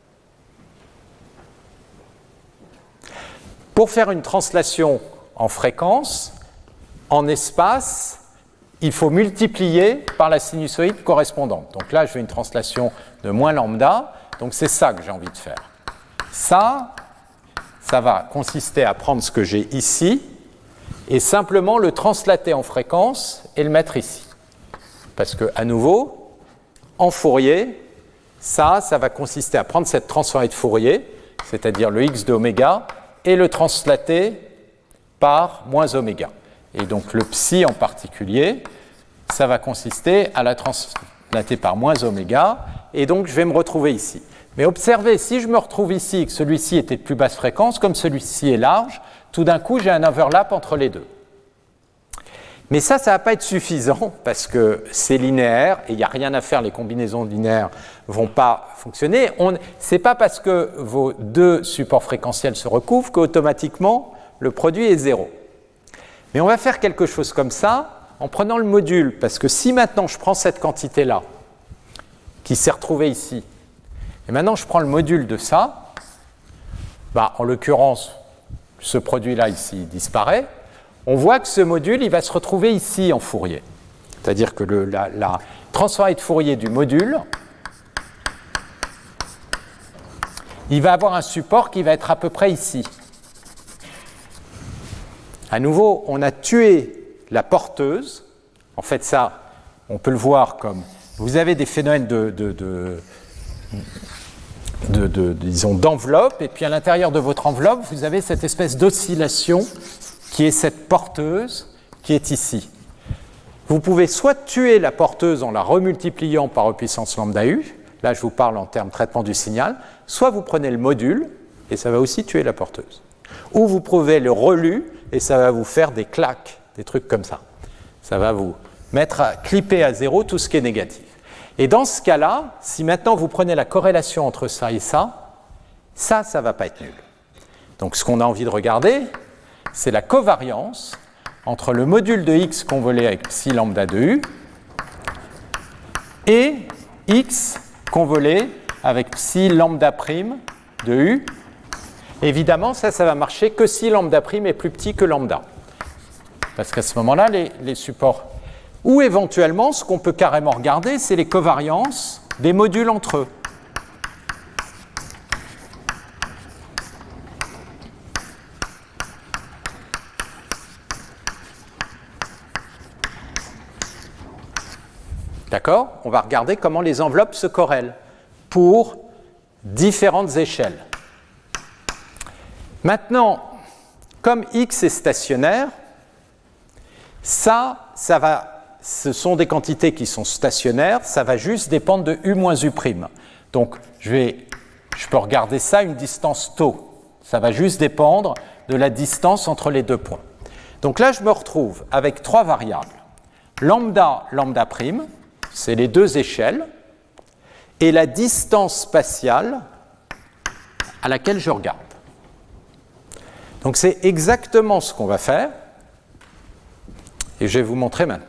Pour faire une translation en fréquence, en espace, il faut multiplier par la sinusoïde correspondante. Donc là, je fais une translation de moins lambda, donc c'est ça que j'ai envie de faire. Ça, ça va consister à prendre ce que j'ai ici et simplement le translater en fréquence et le mettre ici. Parce que, à nouveau, en Fourier, ça, ça va consister à prendre cette transformée de Fourier, c'est-à-dire le x de oméga, et le translater par moins oméga. Et donc le psi en particulier, ça va consister à la translater par moins oméga, et donc je vais me retrouver ici. Mais observez, si je me retrouve ici et que celui-ci était de plus basse fréquence, comme celui-ci est large, tout d'un coup j'ai un overlap entre les deux. Mais ça, ça ne va pas être suffisant parce que c'est linéaire et il n'y a rien à faire, les combinaisons linéaires ne vont pas fonctionner. Ce n'est pas parce que vos deux supports fréquentiels se recouvrent qu'automatiquement le produit est zéro. Mais on va faire quelque chose comme ça en prenant le module, parce que si maintenant je prends cette quantité-là, qui s'est retrouvée ici, et maintenant je prends le module de ça, bah, en l'occurrence, ce produit-là ici disparaît, on voit que ce module il va se retrouver ici en Fourier. C'est-à-dire que le, la, la transformée de Fourier du module, il va avoir un support qui va être à peu près ici. À nouveau, on a tué la porteuse. En fait, ça, on peut le voir comme... Vous avez des phénomènes de, de, de, de, de disons, d'enveloppe, et puis à l'intérieur de votre enveloppe, vous avez cette espèce d'oscillation qui est cette porteuse qui est ici. Vous pouvez soit tuer la porteuse en la remultipliant par E puissance lambda U, là je vous parle en termes de traitement du signal, soit vous prenez le module, et ça va aussi tuer la porteuse. Ou vous prenez le relu, et ça va vous faire des claques, des trucs comme ça. Ça va vous mettre à clipper à zéro tout ce qui est négatif. Et dans ce cas-là, si maintenant vous prenez la corrélation entre ça et ça, ça, ça ne va pas être nul. Donc ce qu'on a envie de regarder, c'est la covariance entre le module de x convolé avec psi lambda de u et x convolé avec psi lambda prime de u. Évidemment, ça, ça va marcher que si lambda prime est plus petit que lambda. Parce qu'à ce moment-là, les, les supports... Ou éventuellement, ce qu'on peut carrément regarder, c'est les covariances des modules entre eux. D'accord? On va regarder comment les enveloppes se corrèlent pour différentes échelles. Maintenant, comme x est stationnaire, ça, ça va, ce sont des quantités qui sont stationnaires, ça va juste dépendre de u moins u'. Donc, je, vais, je peux regarder ça une distance tau. Ça va juste dépendre de la distance entre les deux points. Donc là, je me retrouve avec trois variables. Lambda, lambda prime, c'est les deux échelles, et la distance spatiale à laquelle je regarde. Donc c'est exactement ce qu'on va faire, et je vais vous montrer maintenant.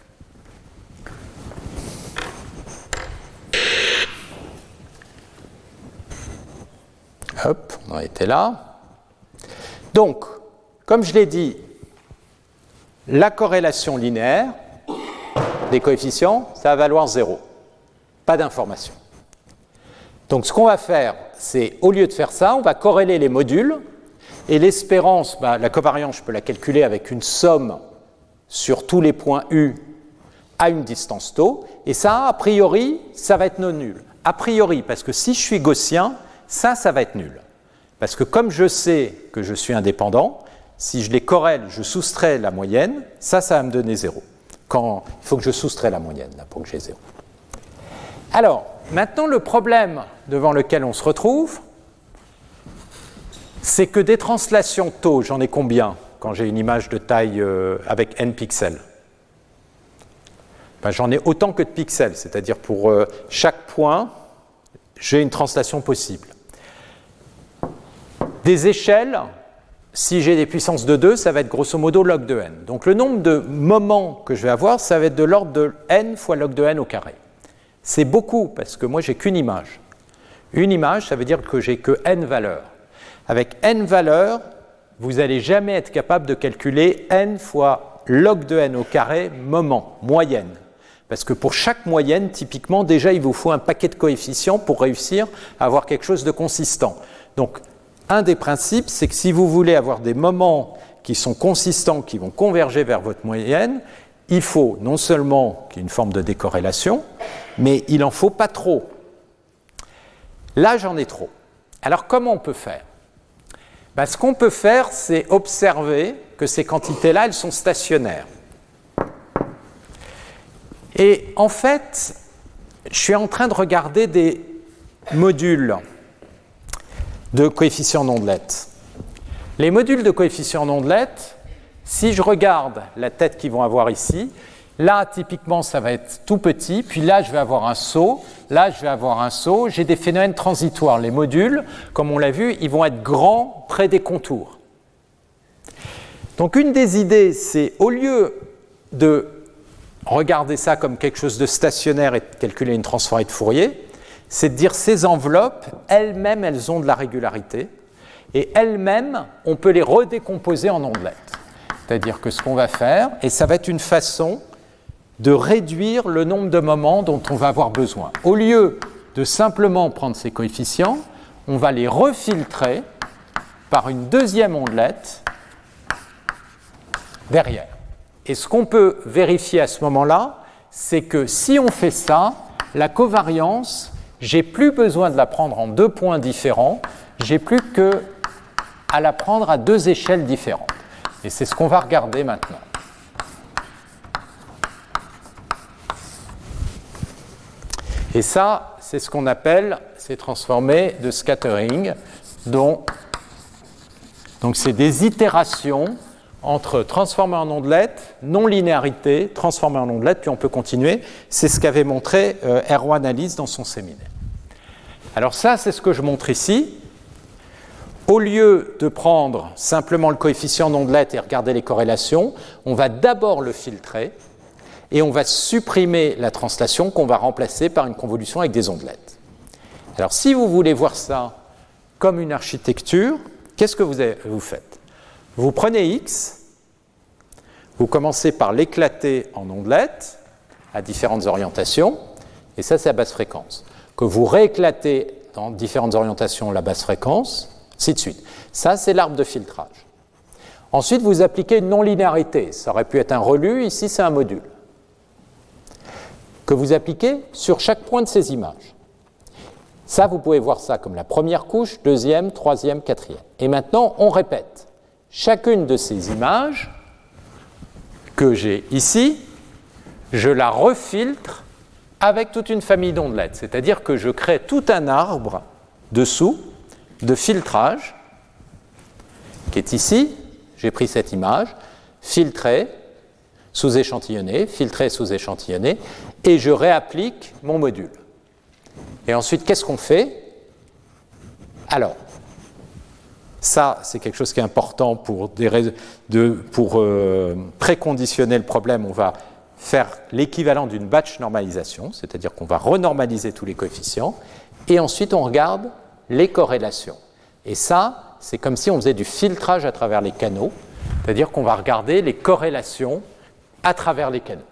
Hop, on en était là. Donc, comme je l'ai dit, la corrélation linéaire des coefficients, ça va valoir zéro. Pas d'information. Donc ce qu'on va faire, c'est, au lieu de faire ça, on va corréler les modules, et l'espérance, bah, la covariance, je peux la calculer avec une somme sur tous les points U à une distance tau, et ça, a priori, ça va être non nul. a priori, parce que si je suis gaussien, ça, ça va être nul. Parce que comme je sais que je suis indépendant, si je les corrèle, je soustrais la moyenne, ça, ça va me donner zéro. Quand il faut que je soustrais la moyenne, là, pour que j'ai zéro. Alors, maintenant, le problème devant lequel on se retrouve, c'est que des translations taux, j'en ai combien quand j'ai une image de taille euh, avec n pixels? Ben, j'en ai autant que de pixels, c'est-à-dire pour euh, chaque point, j'ai une translation possible. Des échelles, si j'ai des puissances de deux, ça va être grosso modo log de n. Donc le nombre de moments que je vais avoir, ça va être de l'ordre de n fois log de n au carré. C'est beaucoup, parce que moi, j'ai qu'une image. Une image, ça veut dire que j'ai que n valeurs. Avec n valeurs, vous n'allez jamais être capable de calculer n fois log de n au carré moment, moyenne. Parce que pour chaque moyenne, typiquement, déjà, il vous faut un paquet de coefficients pour réussir à avoir quelque chose de consistant. Donc, un des principes, c'est que si vous voulez avoir des moments qui sont consistants, qui vont converger vers votre moyenne, il faut non seulement qu'il y ait une forme de décorrélation, mais il n'en faut pas trop. Là, j'en ai trop. Alors, comment on peut faire? Ben, ce qu'on peut faire, c'est observer que ces quantités-là, elles sont stationnaires. Et en fait, je suis en train de regarder des modules de coefficients d'ondelettes. Les modules de coefficients d'ondelettes, si je regarde la tête qu'ils vont avoir ici, là, typiquement, ça va être tout petit, puis là, je vais avoir un saut, là, je vais avoir un saut, j'ai des phénomènes transitoires. Les modules, comme on l'a vu, ils vont être grands près des contours. Donc, une des idées, c'est au lieu de regarder ça comme quelque chose de stationnaire et de calculer une transformée de Fourier, c'est de dire ces enveloppes, elles-mêmes, elles ont de la régularité, et elles-mêmes, on peut les redécomposer en ondelettes. C'est-à-dire que ce qu'on va faire, et ça va être une façon de réduire le nombre de moments dont on va avoir besoin. Au lieu de simplement prendre ces coefficients, on va les refiltrer par une deuxième ondelette derrière. Et ce qu'on peut vérifier à ce moment-là, c'est que si on fait ça, la covariance, j'ai plus besoin de la prendre en deux points différents, j'ai plus qu'à la prendre à deux échelles différentes. Et c'est ce qu'on va regarder maintenant. Et ça, c'est ce qu'on appelle ces transformées de scattering, dont donc c'est des itérations entre transformé en ondelette, non-linéarité, transformé en ondelette, puis on peut continuer. C'est ce qu'avait montré euh, Erwan Alice dans son séminaire. Alors ça, c'est ce que je montre ici. Au lieu de prendre simplement le coefficient d'ondelette et regarder les corrélations, on va d'abord le filtrer et on va supprimer la translation qu'on va remplacer par une convolution avec des ondelettes. Alors si vous voulez voir ça comme une architecture, qu'est-ce que vous, avez, vous faites? Vous prenez X, vous commencez par l'éclater en ondelettes à différentes orientations, et ça c'est la basse fréquence. Que vous rééclatez dans différentes orientations la basse fréquence, ainsi de suite. Ça c'est l'arbre de filtrage. Ensuite vous appliquez une non-linéarité, ça aurait pu être un relu, ici c'est un module, que vous appliquez sur chaque point de ces images. Ça vous pouvez voir ça comme la première couche, deuxième, troisième, quatrième. Et maintenant on répète. Chacune de ces images que j'ai ici, je la refiltre avec toute une famille d'ondelettes. C'est-à-dire que je crée tout un arbre dessous de filtrage qui est ici. J'ai pris cette image, filtré, sous-échantillonné, filtré, sous-échantillonné, et je réapplique mon module. Et ensuite, qu'est-ce qu'on fait? Alors, ça, c'est quelque chose qui est important pour, des rais- de, pour euh, préconditionner le problème. On va faire l'équivalent d'une batch normalisation, c'est-à-dire qu'on va renormaliser tous les coefficients, et ensuite on regarde les corrélations. Et ça, c'est comme si on faisait du filtrage à travers les canaux, c'est-à-dire qu'on va regarder les corrélations à travers les canaux.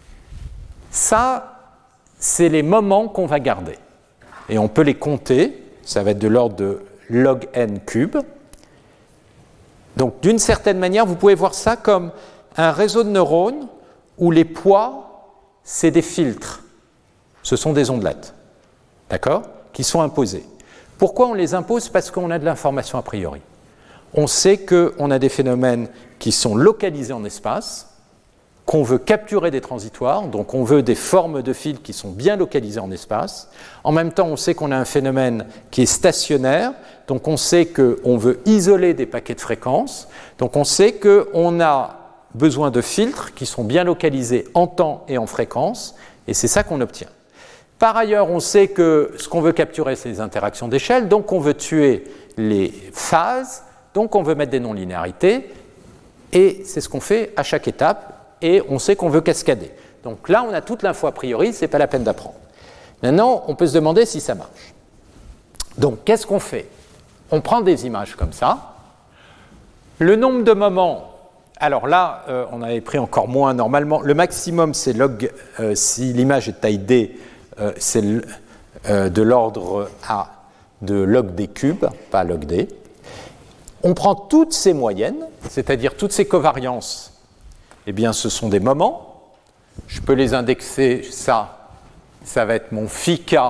Ça, c'est les moments qu'on va garder. Et on peut les compter, ça va être de l'ordre de log n cube. Donc, d'une certaine manière, vous pouvez voir ça comme un réseau de neurones où les poids, c'est des filtres. Ce sont des ondelettes. d'accord, qui sont imposés. Pourquoi on les impose? Parce qu'on a de l'information a priori. On sait qu'on a des phénomènes qui sont localisés en espace, qu'on veut capturer des transitoires, donc on veut des formes de fils qui sont bien localisées en espace. En même temps, on sait qu'on a un phénomène qui est stationnaire, donc on sait qu'on veut isoler des paquets de fréquences, donc on sait qu'on a besoin de filtres qui sont bien localisés en temps et en fréquence, et c'est ça qu'on obtient. Par ailleurs, on sait que ce qu'on veut capturer, c'est les interactions d'échelle, donc on veut tuer les phases, donc on veut mettre des non-linéarités, et c'est ce qu'on fait à chaque étape, et on sait qu'on veut cascader. Donc là, on a toute l'info a priori, ce n'est pas la peine d'apprendre. Maintenant, on peut se demander si ça marche. Donc, qu'est-ce qu'on fait? On prend des images comme ça. Le nombre de moments, alors là, euh, on avait pris encore moins normalement. Le maximum, c'est log, euh, si l'image est taille D, euh, c'est euh, de l'ordre A de log D cube, pas log D. On prend toutes ces moyennes, c'est-à-dire toutes ces covariances. Eh bien, ce sont des moments. Je peux les indexer, ça, ça va être mon phi k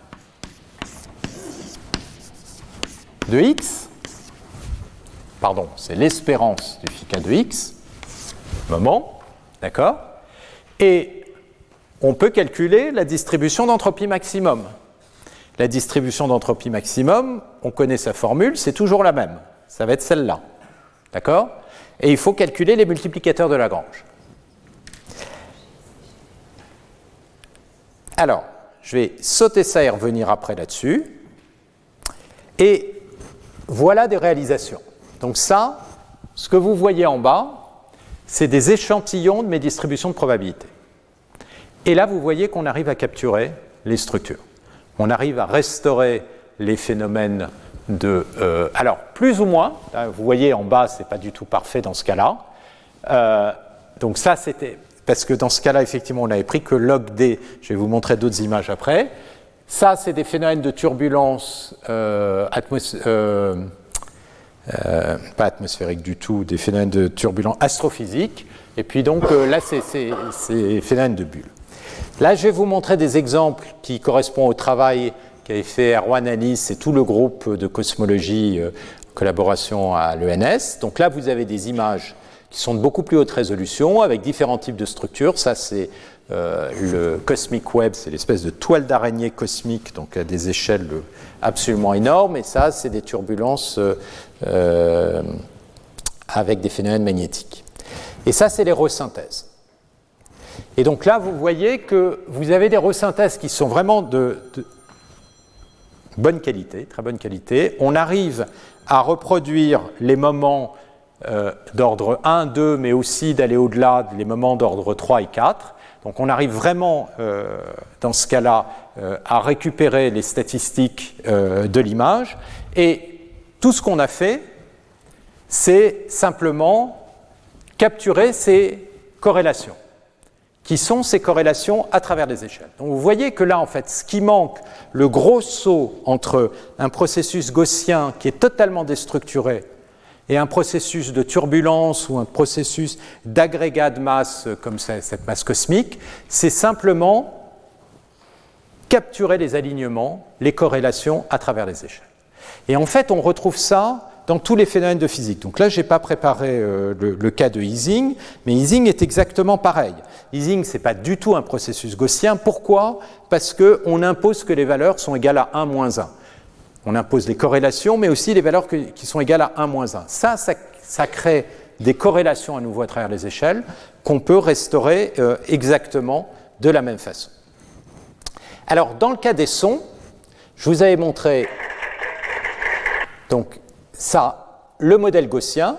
de x. Pardon, c'est l'espérance du phi k de x, moment, d'accord? Et on peut calculer la distribution d'entropie maximum. La distribution d'entropie maximum, on connaît sa formule, c'est toujours la même. Ça va être celle-là, d'accord? Et il faut calculer les multiplicateurs de Lagrange. Alors, je vais sauter ça et revenir après là-dessus. Et voilà des réalisations. Donc ça, ce que vous voyez en bas, c'est des échantillons de mes distributions de probabilité. Et là, vous voyez qu'on arrive à capturer les structures. On arrive à restaurer les phénomènes de... Euh, alors, plus ou moins, là, vous voyez en bas, ce n'est pas du tout parfait dans ce cas-là. Euh, donc ça, c'était... Parce que dans ce cas-là, effectivement, on n'avait pris que log D. Je vais vous montrer d'autres images après. Ça, c'est des phénomènes de turbulence euh, atmos... euh, euh, pas atmosphériques du tout, des phénomènes de turbulence astrophysiques. Et puis donc, euh, là, c'est des phénomènes de bulles. Là, je vais vous montrer des exemples qui correspondent au travail qu'avait fait Erwan Alice et tout le groupe de cosmologie euh, en collaboration à l'E N S. Donc là, vous avez des images qui sont de beaucoup plus haute résolution, avec différents types de structures. Ça, c'est euh, le Cosmic Web, c'est l'espèce de toile d'araignée cosmique, donc à des échelles absolument énormes. Et ça, c'est des turbulences euh, euh, avec des phénomènes magnétiques. Et ça, c'est les resynthèses. Et donc là, vous voyez que vous avez des resynthèses qui sont vraiment de, de bonne qualité, très bonne qualité. On arrive à reproduire les moments euh, d'ordre un, deux, mais aussi d'aller au-delà, les moments d'ordre trois et quatre. Donc on arrive vraiment, euh, dans ce cas-là, euh, à récupérer les statistiques euh, de l'image. Et tout ce qu'on a fait, c'est simplement capturer ces corrélations. Qui sont ces corrélations à travers les échelles. Donc vous voyez que là, en fait, ce qui manque, le gros saut entre un processus gaussien qui est totalement déstructuré et un processus de turbulence ou un processus d'agrégat de masse comme cette masse cosmique, c'est simplement capturer les alignements, les corrélations à travers les échelles. Et en fait, on retrouve ça dans tous les phénomènes de physique. Donc là, je n'ai pas préparé euh, le, le cas de Ising, mais Ising est exactement pareil. Ising, ce n'est pas du tout un processus gaussien. Pourquoi? Parce qu'on impose que les valeurs sont égales à un moins un. On impose les corrélations, mais aussi les valeurs que, qui sont égales à un moins un. Ça, ça, ça crée des corrélations à nouveau à travers les échelles qu'on peut restaurer euh, exactement de la même façon. Alors, dans le cas des sons, je vous avais montré... Donc, ça, le modèle gaussien,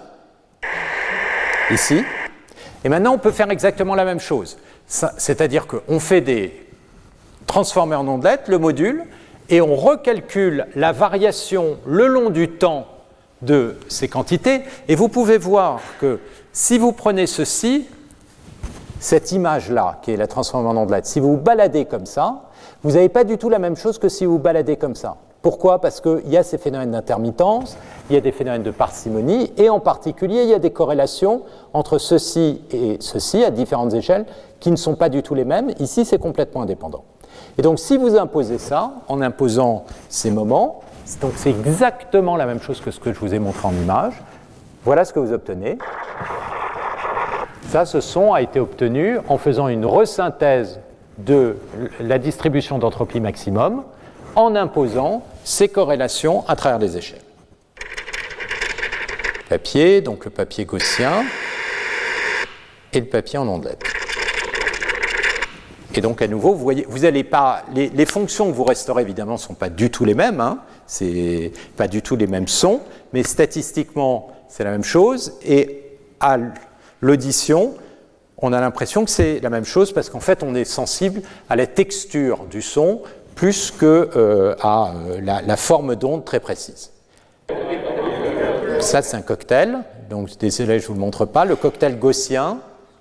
ici. Et maintenant, on peut faire exactement la même chose. C'est-à-dire qu'on fait des transformés en ondelettes, le module, et on recalcule la variation le long du temps de ces quantités. Et vous pouvez voir que si vous prenez ceci, cette image-là, qui est la transformée en ondelette, si vous vous baladez comme ça, vous n'avez pas du tout la même chose que si vous vous baladez comme ça. Pourquoi? Parce qu'il y a ces phénomènes d'intermittence, il y a des phénomènes de parcimonie, et en particulier, il y a des corrélations entre ceci et ceci, à différentes échelles, qui ne sont pas du tout les mêmes. Ici, c'est complètement indépendant. Et donc, si vous imposez ça, en imposant ces moments, donc c'est exactement la même chose que ce que je vous ai montré en image. Voilà ce que vous obtenez. Ça, ce son a été obtenu en faisant une resynthèse de la distribution d'entropie maximum en imposant ces corrélations à travers les échelles. Papier, donc le papier gaussien et le papier en ondelette. Et donc à nouveau, vous voyez, vous allez pas, les, les fonctions que vous resterez évidemment ne sont pas du tout les mêmes, hein, c'est pas du tout les mêmes sons, mais statistiquement c'est la même chose. Et à l'audition, on a l'impression que c'est la même chose parce qu'en fait on est sensible à la texture du son plus que euh, à euh, la, la forme d'onde très précise. Ça c'est un cocktail, donc désolé je ne vous le montre pas, le cocktail gaussien.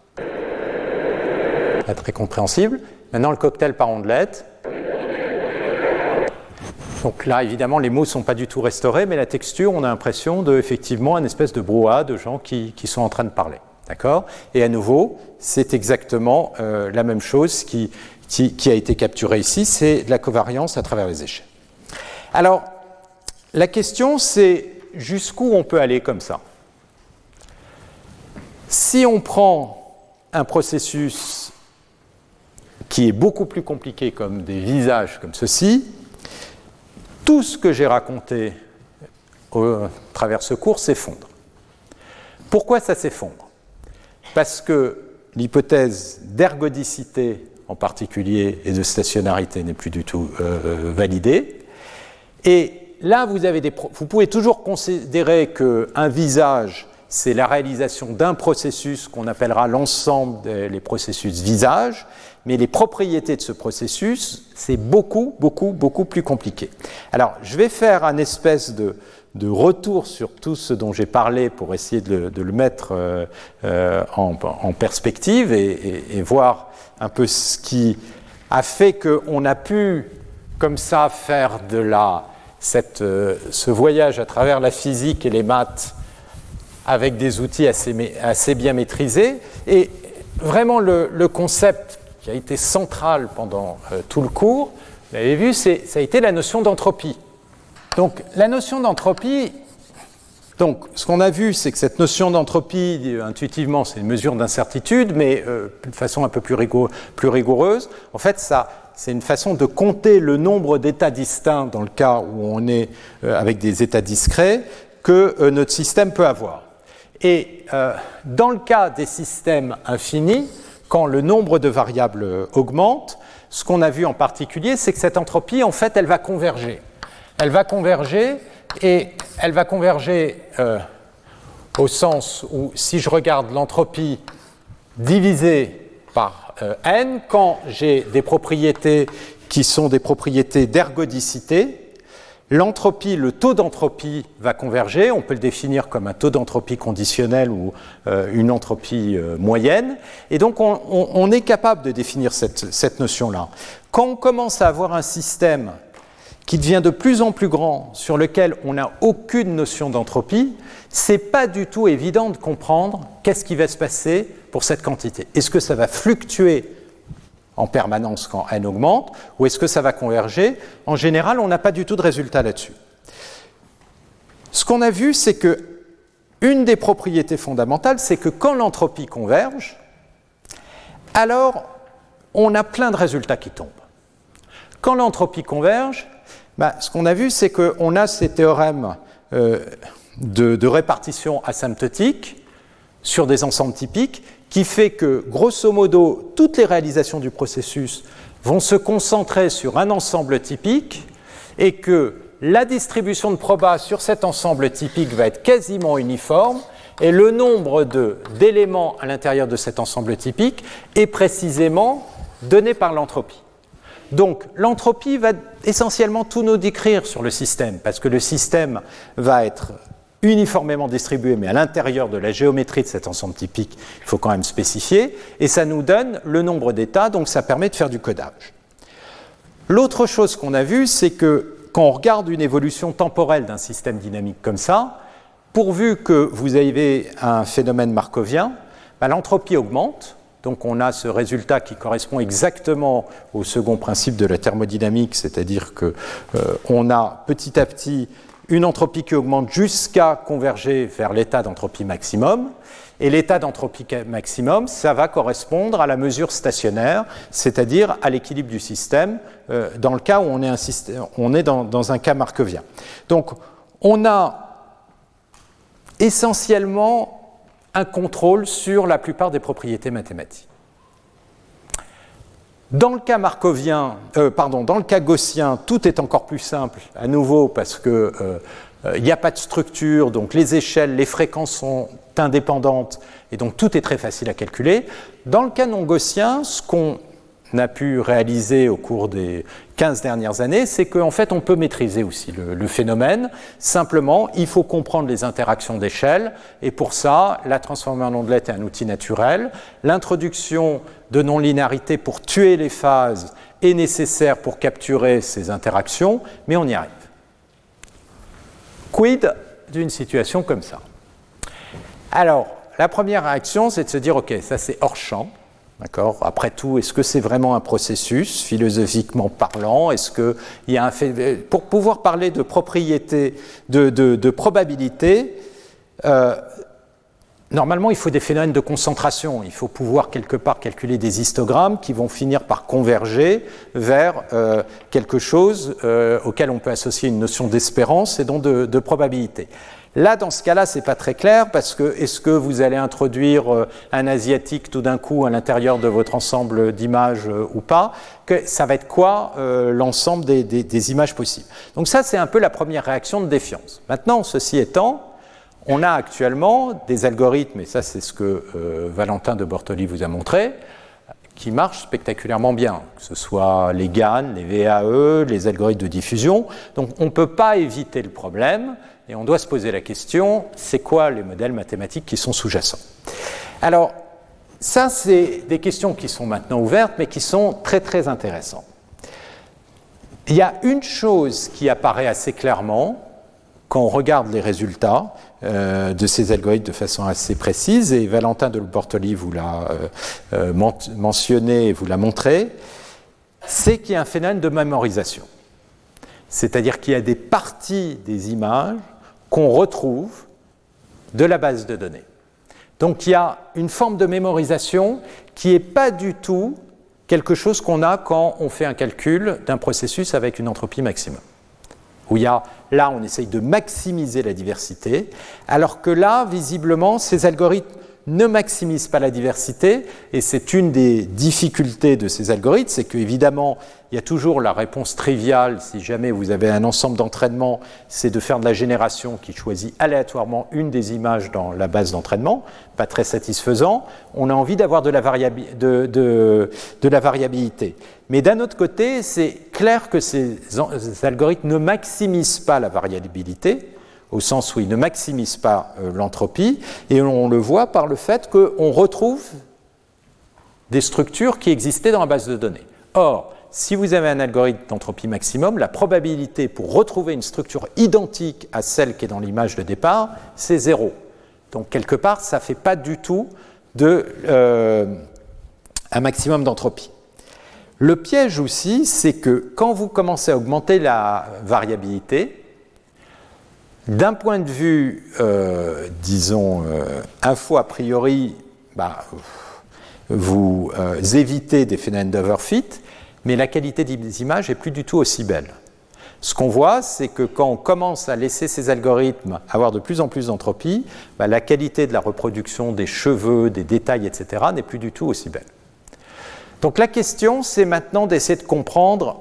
Pas très compréhensible. Maintenant, le cocktail par ondelette. Donc là, évidemment, les mots ne sont pas du tout restaurés, mais la texture, on a l'impression de, effectivement, une espèce de brouhaha de gens qui, qui sont en train de parler. D'accord ? Et à nouveau, c'est exactement euh, la même chose qui, qui, qui a été capturée ici, c'est de la covariance à travers les échelles. Alors, la question, c'est jusqu'où on peut aller comme ça ? Si on prend un processus qui est beaucoup plus compliqué comme des visages comme ceci, tout ce que j'ai raconté au travers ce cours s'effondre. Pourquoi ça s'effondre ? Parce que l'hypothèse d'ergodicité en particulier et de stationnarité n'est plus du tout euh, validée. Et là, vous, avez des pro- vous pouvez toujours considérer qu'un visage, c'est la réalisation d'un processus qu'on appellera l'ensemble des processus visage, mais les propriétés de ce processus, c'est beaucoup, beaucoup, beaucoup plus compliqué. Alors, je vais faire un espèce de, de retour sur tout ce dont j'ai parlé pour essayer de le, de le mettre euh, euh, en, en perspective et, et, et voir un peu ce qui a fait qu'on a pu, comme ça, faire de la, cette, euh, ce voyage à travers la physique et les maths avec des outils assez, assez bien maîtrisés. Et vraiment, le, le concept qui a été central pendant euh, tout le cours, vous l'avez vu, c'est, ça a été la notion d'entropie. Donc, la notion d'entropie, donc, ce qu'on a vu, c'est que cette notion d'entropie, euh, intuitivement, c'est une mesure d'incertitude, mais euh, de façon un peu plus, rigour, plus rigoureuse, en fait, ça, c'est une façon de compter le nombre d'états distincts dans le cas où on est euh, avec des états discrets que euh, notre système peut avoir. Et euh, dans le cas des systèmes infinis, quand le nombre de variables augmente, ce qu'on a vu en particulier, c'est que cette entropie, en fait, elle va converger. Elle va converger, et elle va converger euh, au sens où, si je regarde l'entropie divisée par euh, n, quand j'ai des propriétés qui sont des propriétés d'ergodicité, l'entropie, le taux d'entropie va converger, on peut le définir comme un taux d'entropie conditionnel ou euh, une entropie euh, moyenne, et donc on, on, on est capable de définir cette, cette notion-là. Quand on commence à avoir un système qui devient de plus en plus grand, sur lequel on n'a aucune notion d'entropie, c'est pas du tout évident de comprendre qu'est-ce qui va se passer pour cette quantité. Est-ce que ça va fluctuer en permanence quand n augmente, ou est-ce que ça va converger? En général, on n'a pas du tout de résultat là-dessus. Ce qu'on a vu, c'est que une des propriétés fondamentales, c'est que quand l'entropie converge, alors on a plein de résultats qui tombent. Quand l'entropie converge, bah, ce qu'on a vu, c'est qu'on a ces théorèmes euh, de, de répartition asymptotique sur des ensembles typiques, qui fait que, grosso modo, toutes les réalisations du processus vont se concentrer sur un ensemble typique et que la distribution de proba sur cet ensemble typique va être quasiment uniforme et le nombre de, d'éléments à l'intérieur de cet ensemble typique est précisément donné par l'entropie. Donc, l'entropie va essentiellement tout nous décrire sur le système, parce que le système va être uniformément distribué, mais à l'intérieur de la géométrie de cet ensemble typique, il faut quand même spécifier, et ça nous donne le nombre d'états, donc ça permet de faire du codage. L'autre chose qu'on a vue, c'est que quand on regarde une évolution temporelle d'un système dynamique comme ça, pourvu que vous avez un phénomène markovien, ben, l'entropie augmente, Donc on a ce résultat qui correspond exactement au second principe de la thermodynamique, c'est-à-dire qu'on euh, a petit à petit une entropie qui augmente jusqu'à converger vers l'état d'entropie maximum. Et l'état d'entropie maximum, ça va correspondre à la mesure stationnaire, c'est-à-dire à l'équilibre du système, euh, dans le cas où on est, un système, on est dans, dans un cas markovien. Donc, on a essentiellement un contrôle sur la plupart des propriétés mathématiques. Dans le cas markovien, euh, pardon, dans le cas gaussien, tout est encore plus simple, à nouveau, parce que euh, il n'y a pas de structure, donc les échelles, les fréquences sont indépendantes, et donc tout est très facile à calculer. Dans le cas non gaussien, ce qu'on a pu réaliser au cours des quinze dernières années, c'est qu'en fait, on peut maîtriser aussi le, le phénomène. Simplement, il faut comprendre les interactions d'échelle, et pour ça, la transformée en ondelette est un outil naturel. L'introduction de non-linéarité pour tuer les phases est nécessaire pour capturer ces interactions, mais on y arrive. Quid d'une situation comme ça? Alors, la première réaction, c'est de se dire, OK, ça c'est hors champ. D'accord. Après tout, est-ce que c'est vraiment un processus, philosophiquement parlant? Est-ce qu'il y a un fait... Pour pouvoir parler de propriété, de, de, de probabilité, euh, normalement, il faut des phénomènes de concentration. Il faut pouvoir quelque part calculer des histogrammes qui vont finir par converger vers euh, quelque chose euh, auquel on peut associer une notion d'espérance et donc de, de probabilité. Là, dans ce cas-là, ce n'est pas très clair parce que est-ce que vous allez introduire euh, un asiatique tout d'un coup à l'intérieur de votre ensemble d'images euh, ou pas? Que, ça va être quoi euh, l'ensemble des, des, des images possibles? Donc ça, c'est un peu la première réaction de défiance. Maintenant, ceci étant, on a actuellement des algorithmes, et ça c'est ce que euh, Valentin de Bortoli vous a montré, qui marchent spectaculairement bien, que ce soit les GAN, les V A E, les algorithmes de diffusion. Donc on ne peut pas éviter le problème, et on doit se poser la question, c'est quoi les modèles mathématiques qui sont sous-jacents? Alors, ça c'est des questions qui sont maintenant ouvertes, mais qui sont très très intéressantes. Il y a une chose qui apparaît assez clairement, quand on regarde les résultats euh, de ces algorithmes de façon assez précise, et Valentin de Bortoli vous l'a euh, euh, mentionné et vous l'a montré, c'est qu'il y a un phénomène de mémorisation. C'est-à-dire qu'il y a des parties des images qu'on retrouve de la base de données. Donc il y a une forme de mémorisation qui n'est pas du tout quelque chose qu'on a quand on fait un calcul d'un processus avec une entropie maximum. Où il y a, là, on essaye de maximiser la diversité, alors que là, visiblement, ces algorithmes ne maximisent pas la diversité, et c'est une des difficultés de ces algorithmes, c'est qu'évidemment, il y a toujours la réponse triviale, si jamais vous avez un ensemble d'entraînement, c'est de faire de la génération qui choisit aléatoirement une des images dans la base d'entraînement, pas très satisfaisant, on a envie d'avoir de, de, de, de la variabilité. Mais d'un autre côté, c'est clair que ces, ces algorithmes ne maximisent pas la variabilité, au sens où ils ne maximisent pas euh, l'entropie, et on le voit par le fait qu'on retrouve des structures qui existaient dans la base de données. Or, si vous avez un algorithme d'entropie maximum, la probabilité pour retrouver une structure identique à celle qui est dans l'image de départ, c'est zéro. Donc, quelque part, ça ne fait pas du tout de, euh, un maximum d'entropie. Le piège aussi, c'est que quand vous commencez à augmenter la variabilité, d'un point de vue, euh, disons, euh, info a priori, bah, vous euh, évitez des phénomènes d'overfit, mais la qualité des images n'est plus du tout aussi belle. Ce qu'on voit, c'est que quand on commence à laisser ces algorithmes avoir de plus en plus d'entropie, bah, la qualité de la reproduction des cheveux, des détails, et cetera n'est plus du tout aussi belle. Donc la question, c'est maintenant d'essayer de comprendre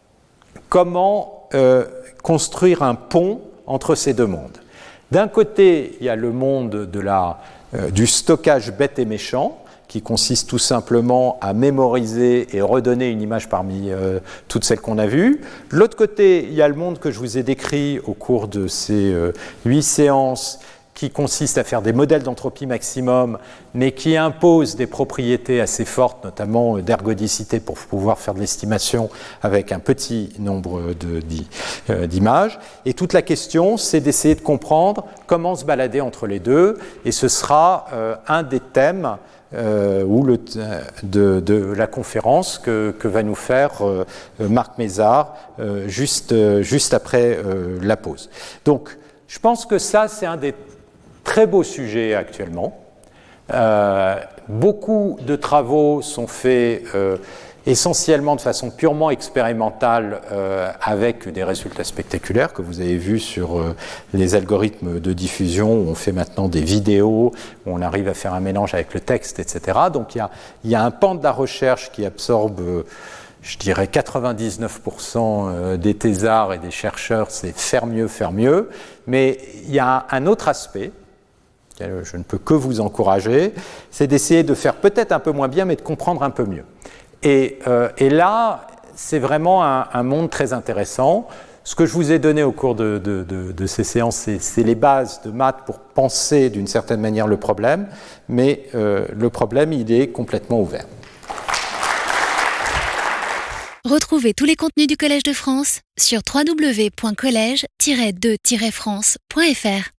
comment euh, construire un pont entre ces deux mondes. D'un côté, il y a le monde de la, euh, du stockage bête et méchant, qui consiste tout simplement à mémoriser et redonner une image parmi euh, toutes celles qu'on a vues. De l'autre côté, il y a le monde que je vous ai décrit au cours de ces euh, huit séances, qui consiste à faire des modèles d'entropie maximum, mais qui impose des propriétés assez fortes, notamment d'ergodicité, pour pouvoir faire de l'estimation avec un petit nombre de, euh, d'images. Et toute la question, c'est d'essayer de comprendre comment se balader entre les deux. Et ce sera euh, un des thèmes euh, ou le, de, de la conférence que, que va nous faire euh, Marc Mézard euh, juste, euh, juste après euh, la pause. Donc, je pense que ça, c'est un des très beaux sujets actuellement. Euh, beaucoup de travaux sont faits euh, essentiellement de façon purement expérimentale euh, avec des résultats spectaculaires que vous avez vus sur euh, les algorithmes de diffusion où on fait maintenant des vidéos, où on arrive à faire un mélange avec le texte, et cetera. Donc il y a, il y a un pan de la recherche qui absorbe, euh, je dirais, quatre-vingt-dix-neuf pour cent des thésards et des chercheurs, c'est faire mieux, faire mieux. Mais il y a un autre aspect, je ne peux que vous encourager, c'est d'essayer de faire peut-être un peu moins bien, mais de comprendre un peu mieux. Et, euh, et là, c'est vraiment un, un monde très intéressant. Ce que je vous ai donné au cours de, de, de, de ces séances, c'est, c'est les bases de maths pour penser d'une certaine manière le problème, mais euh, le problème, il est complètement ouvert. Retrouvez tous les contenus du Collège de France sur w w w point collège tiret de tiret france point f r.